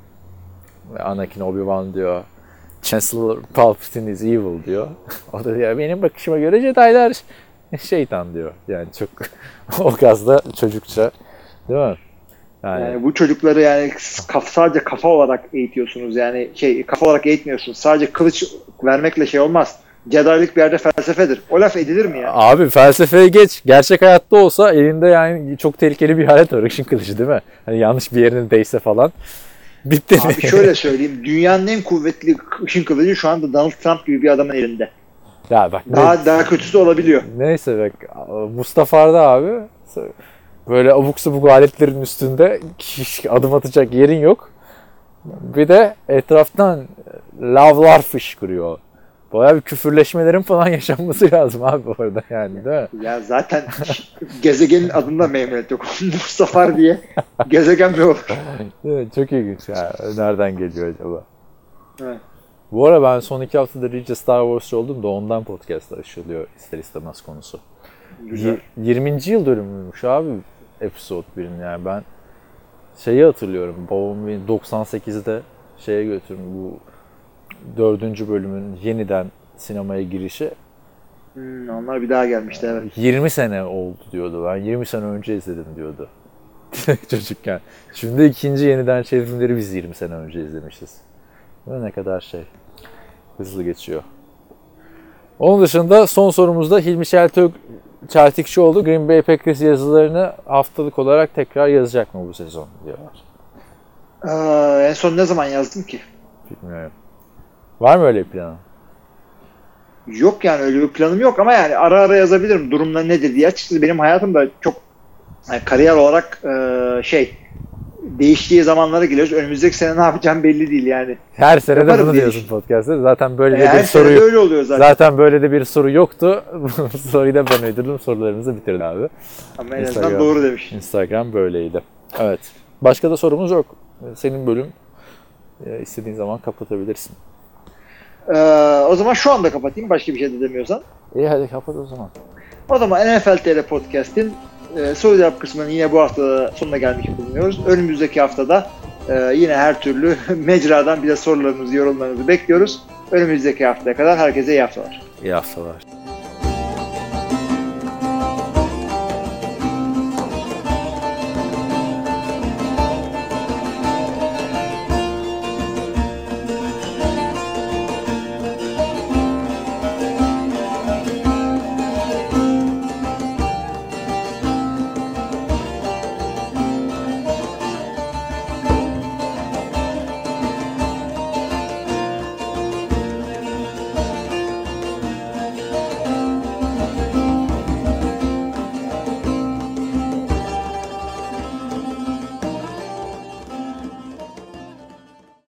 Anakin Obi-Wan diyor. Chancellor Palpatine is evil diyor. O da diyor benim bakışıma göre Jedi'lar şeytan diyor. Yani çok o gazda çocukça. Değil mi? Yani bu çocukları yani sadece kafa olarak eğitiyorsunuz. Yani kafa olarak eğitmiyorsunuz. Sadece kılıç vermekle şey olmaz. Jedi'lik bir yerde felsefedir. O laf edilir mi ya? Abi felsefeye geç. Gerçek hayatta olsa elinde yani çok tehlikeli bir alet var. Işın kılıcı değil mi? Hani yanlış bir yerine değse falan. Bitti. Abi şöyle söyleyeyim. Dünyanın en kuvvetli ışın kılıcı şu anda Donald Trump gibi bir adamın elinde. Ya bak. Daha kötüsü olabiliyor. Neyse bak. Mustafa'da abi böyle abuk sabuk aletlerin üstünde adım atacak yerin yok. Bir de etraftan lavlar fışkırıyor. Bayağı bir küfürleşmelerin falan yaşanması lazım abi orada yani değil mi? Ya zaten gezegenin adında memnuniyet yok. Mustafar diye gezegen mi olur? Evet, çok ilginç ya. Nereden geliyor acaba? Evet. Bu ara ben son 2 haftadır iyice Star Wars'cu oldum da ondan podcast açılıyor ister istemez konusu. Güzel. 20. yıl dönümüymüş abi Episode 1'in yani ben şeyi hatırlıyorum. Babam beni 98'de şeye götürdü bu 4. bölümün yeniden sinemaya girişi. Onlar bir daha gelmişti evet. 20 sene oldu diyordu. Ben 20 sene önce izledim diyordu. Çocukken. Şimdi ikinci yeniden çevrimleri biz 20 sene önce izlemişiz. Ve ne kadar hızlı geçiyor. Onun dışında son sorumuzda Hilmi Çeltikçioğlu Green Bay Packers yazılarını haftalık olarak tekrar yazacak mı bu sezon diyorlar. En son ne zaman yazdım ki? Bilmiyorum. Var mı öyle bir planın? Yok yani öyle bir planım yok ama yani ara ara yazabilirim. Durumlar nedir diye. Açıkçası benim hayatımda çok yani kariyer olarak değiştiği zamanlara geliyoruz. Önümüzdeki sene ne yapacağım belli değil yani. Her sene de bunu diye diyorsun podcast'ta. Zaten böyle de her bir soru sene de öyle oluyor zaten. Zaten böyle de bir soru yoktu. Bu soruyu da ben uydurdum. Sorularımızı bitirdi abi. Ama en azından doğru demiş. Instagram böyleydi. Evet. Başka da sorumuz yok. Senin bölüm istediğin zaman kapatabilirsin. O zaman şu anda kapatayım. Başka bir şey de demiyorsan. İyi hadi kapat o zaman. O zaman NFL TR Podcast'in soru cevap kısmının yine bu hafta sonuna gelmiş bulunuyoruz. Önümüzdeki haftada yine her türlü mecradan bize sorularınızı, yorumlarınızı bekliyoruz. Önümüzdeki haftaya kadar herkese iyi haftalar. İyi haftalar.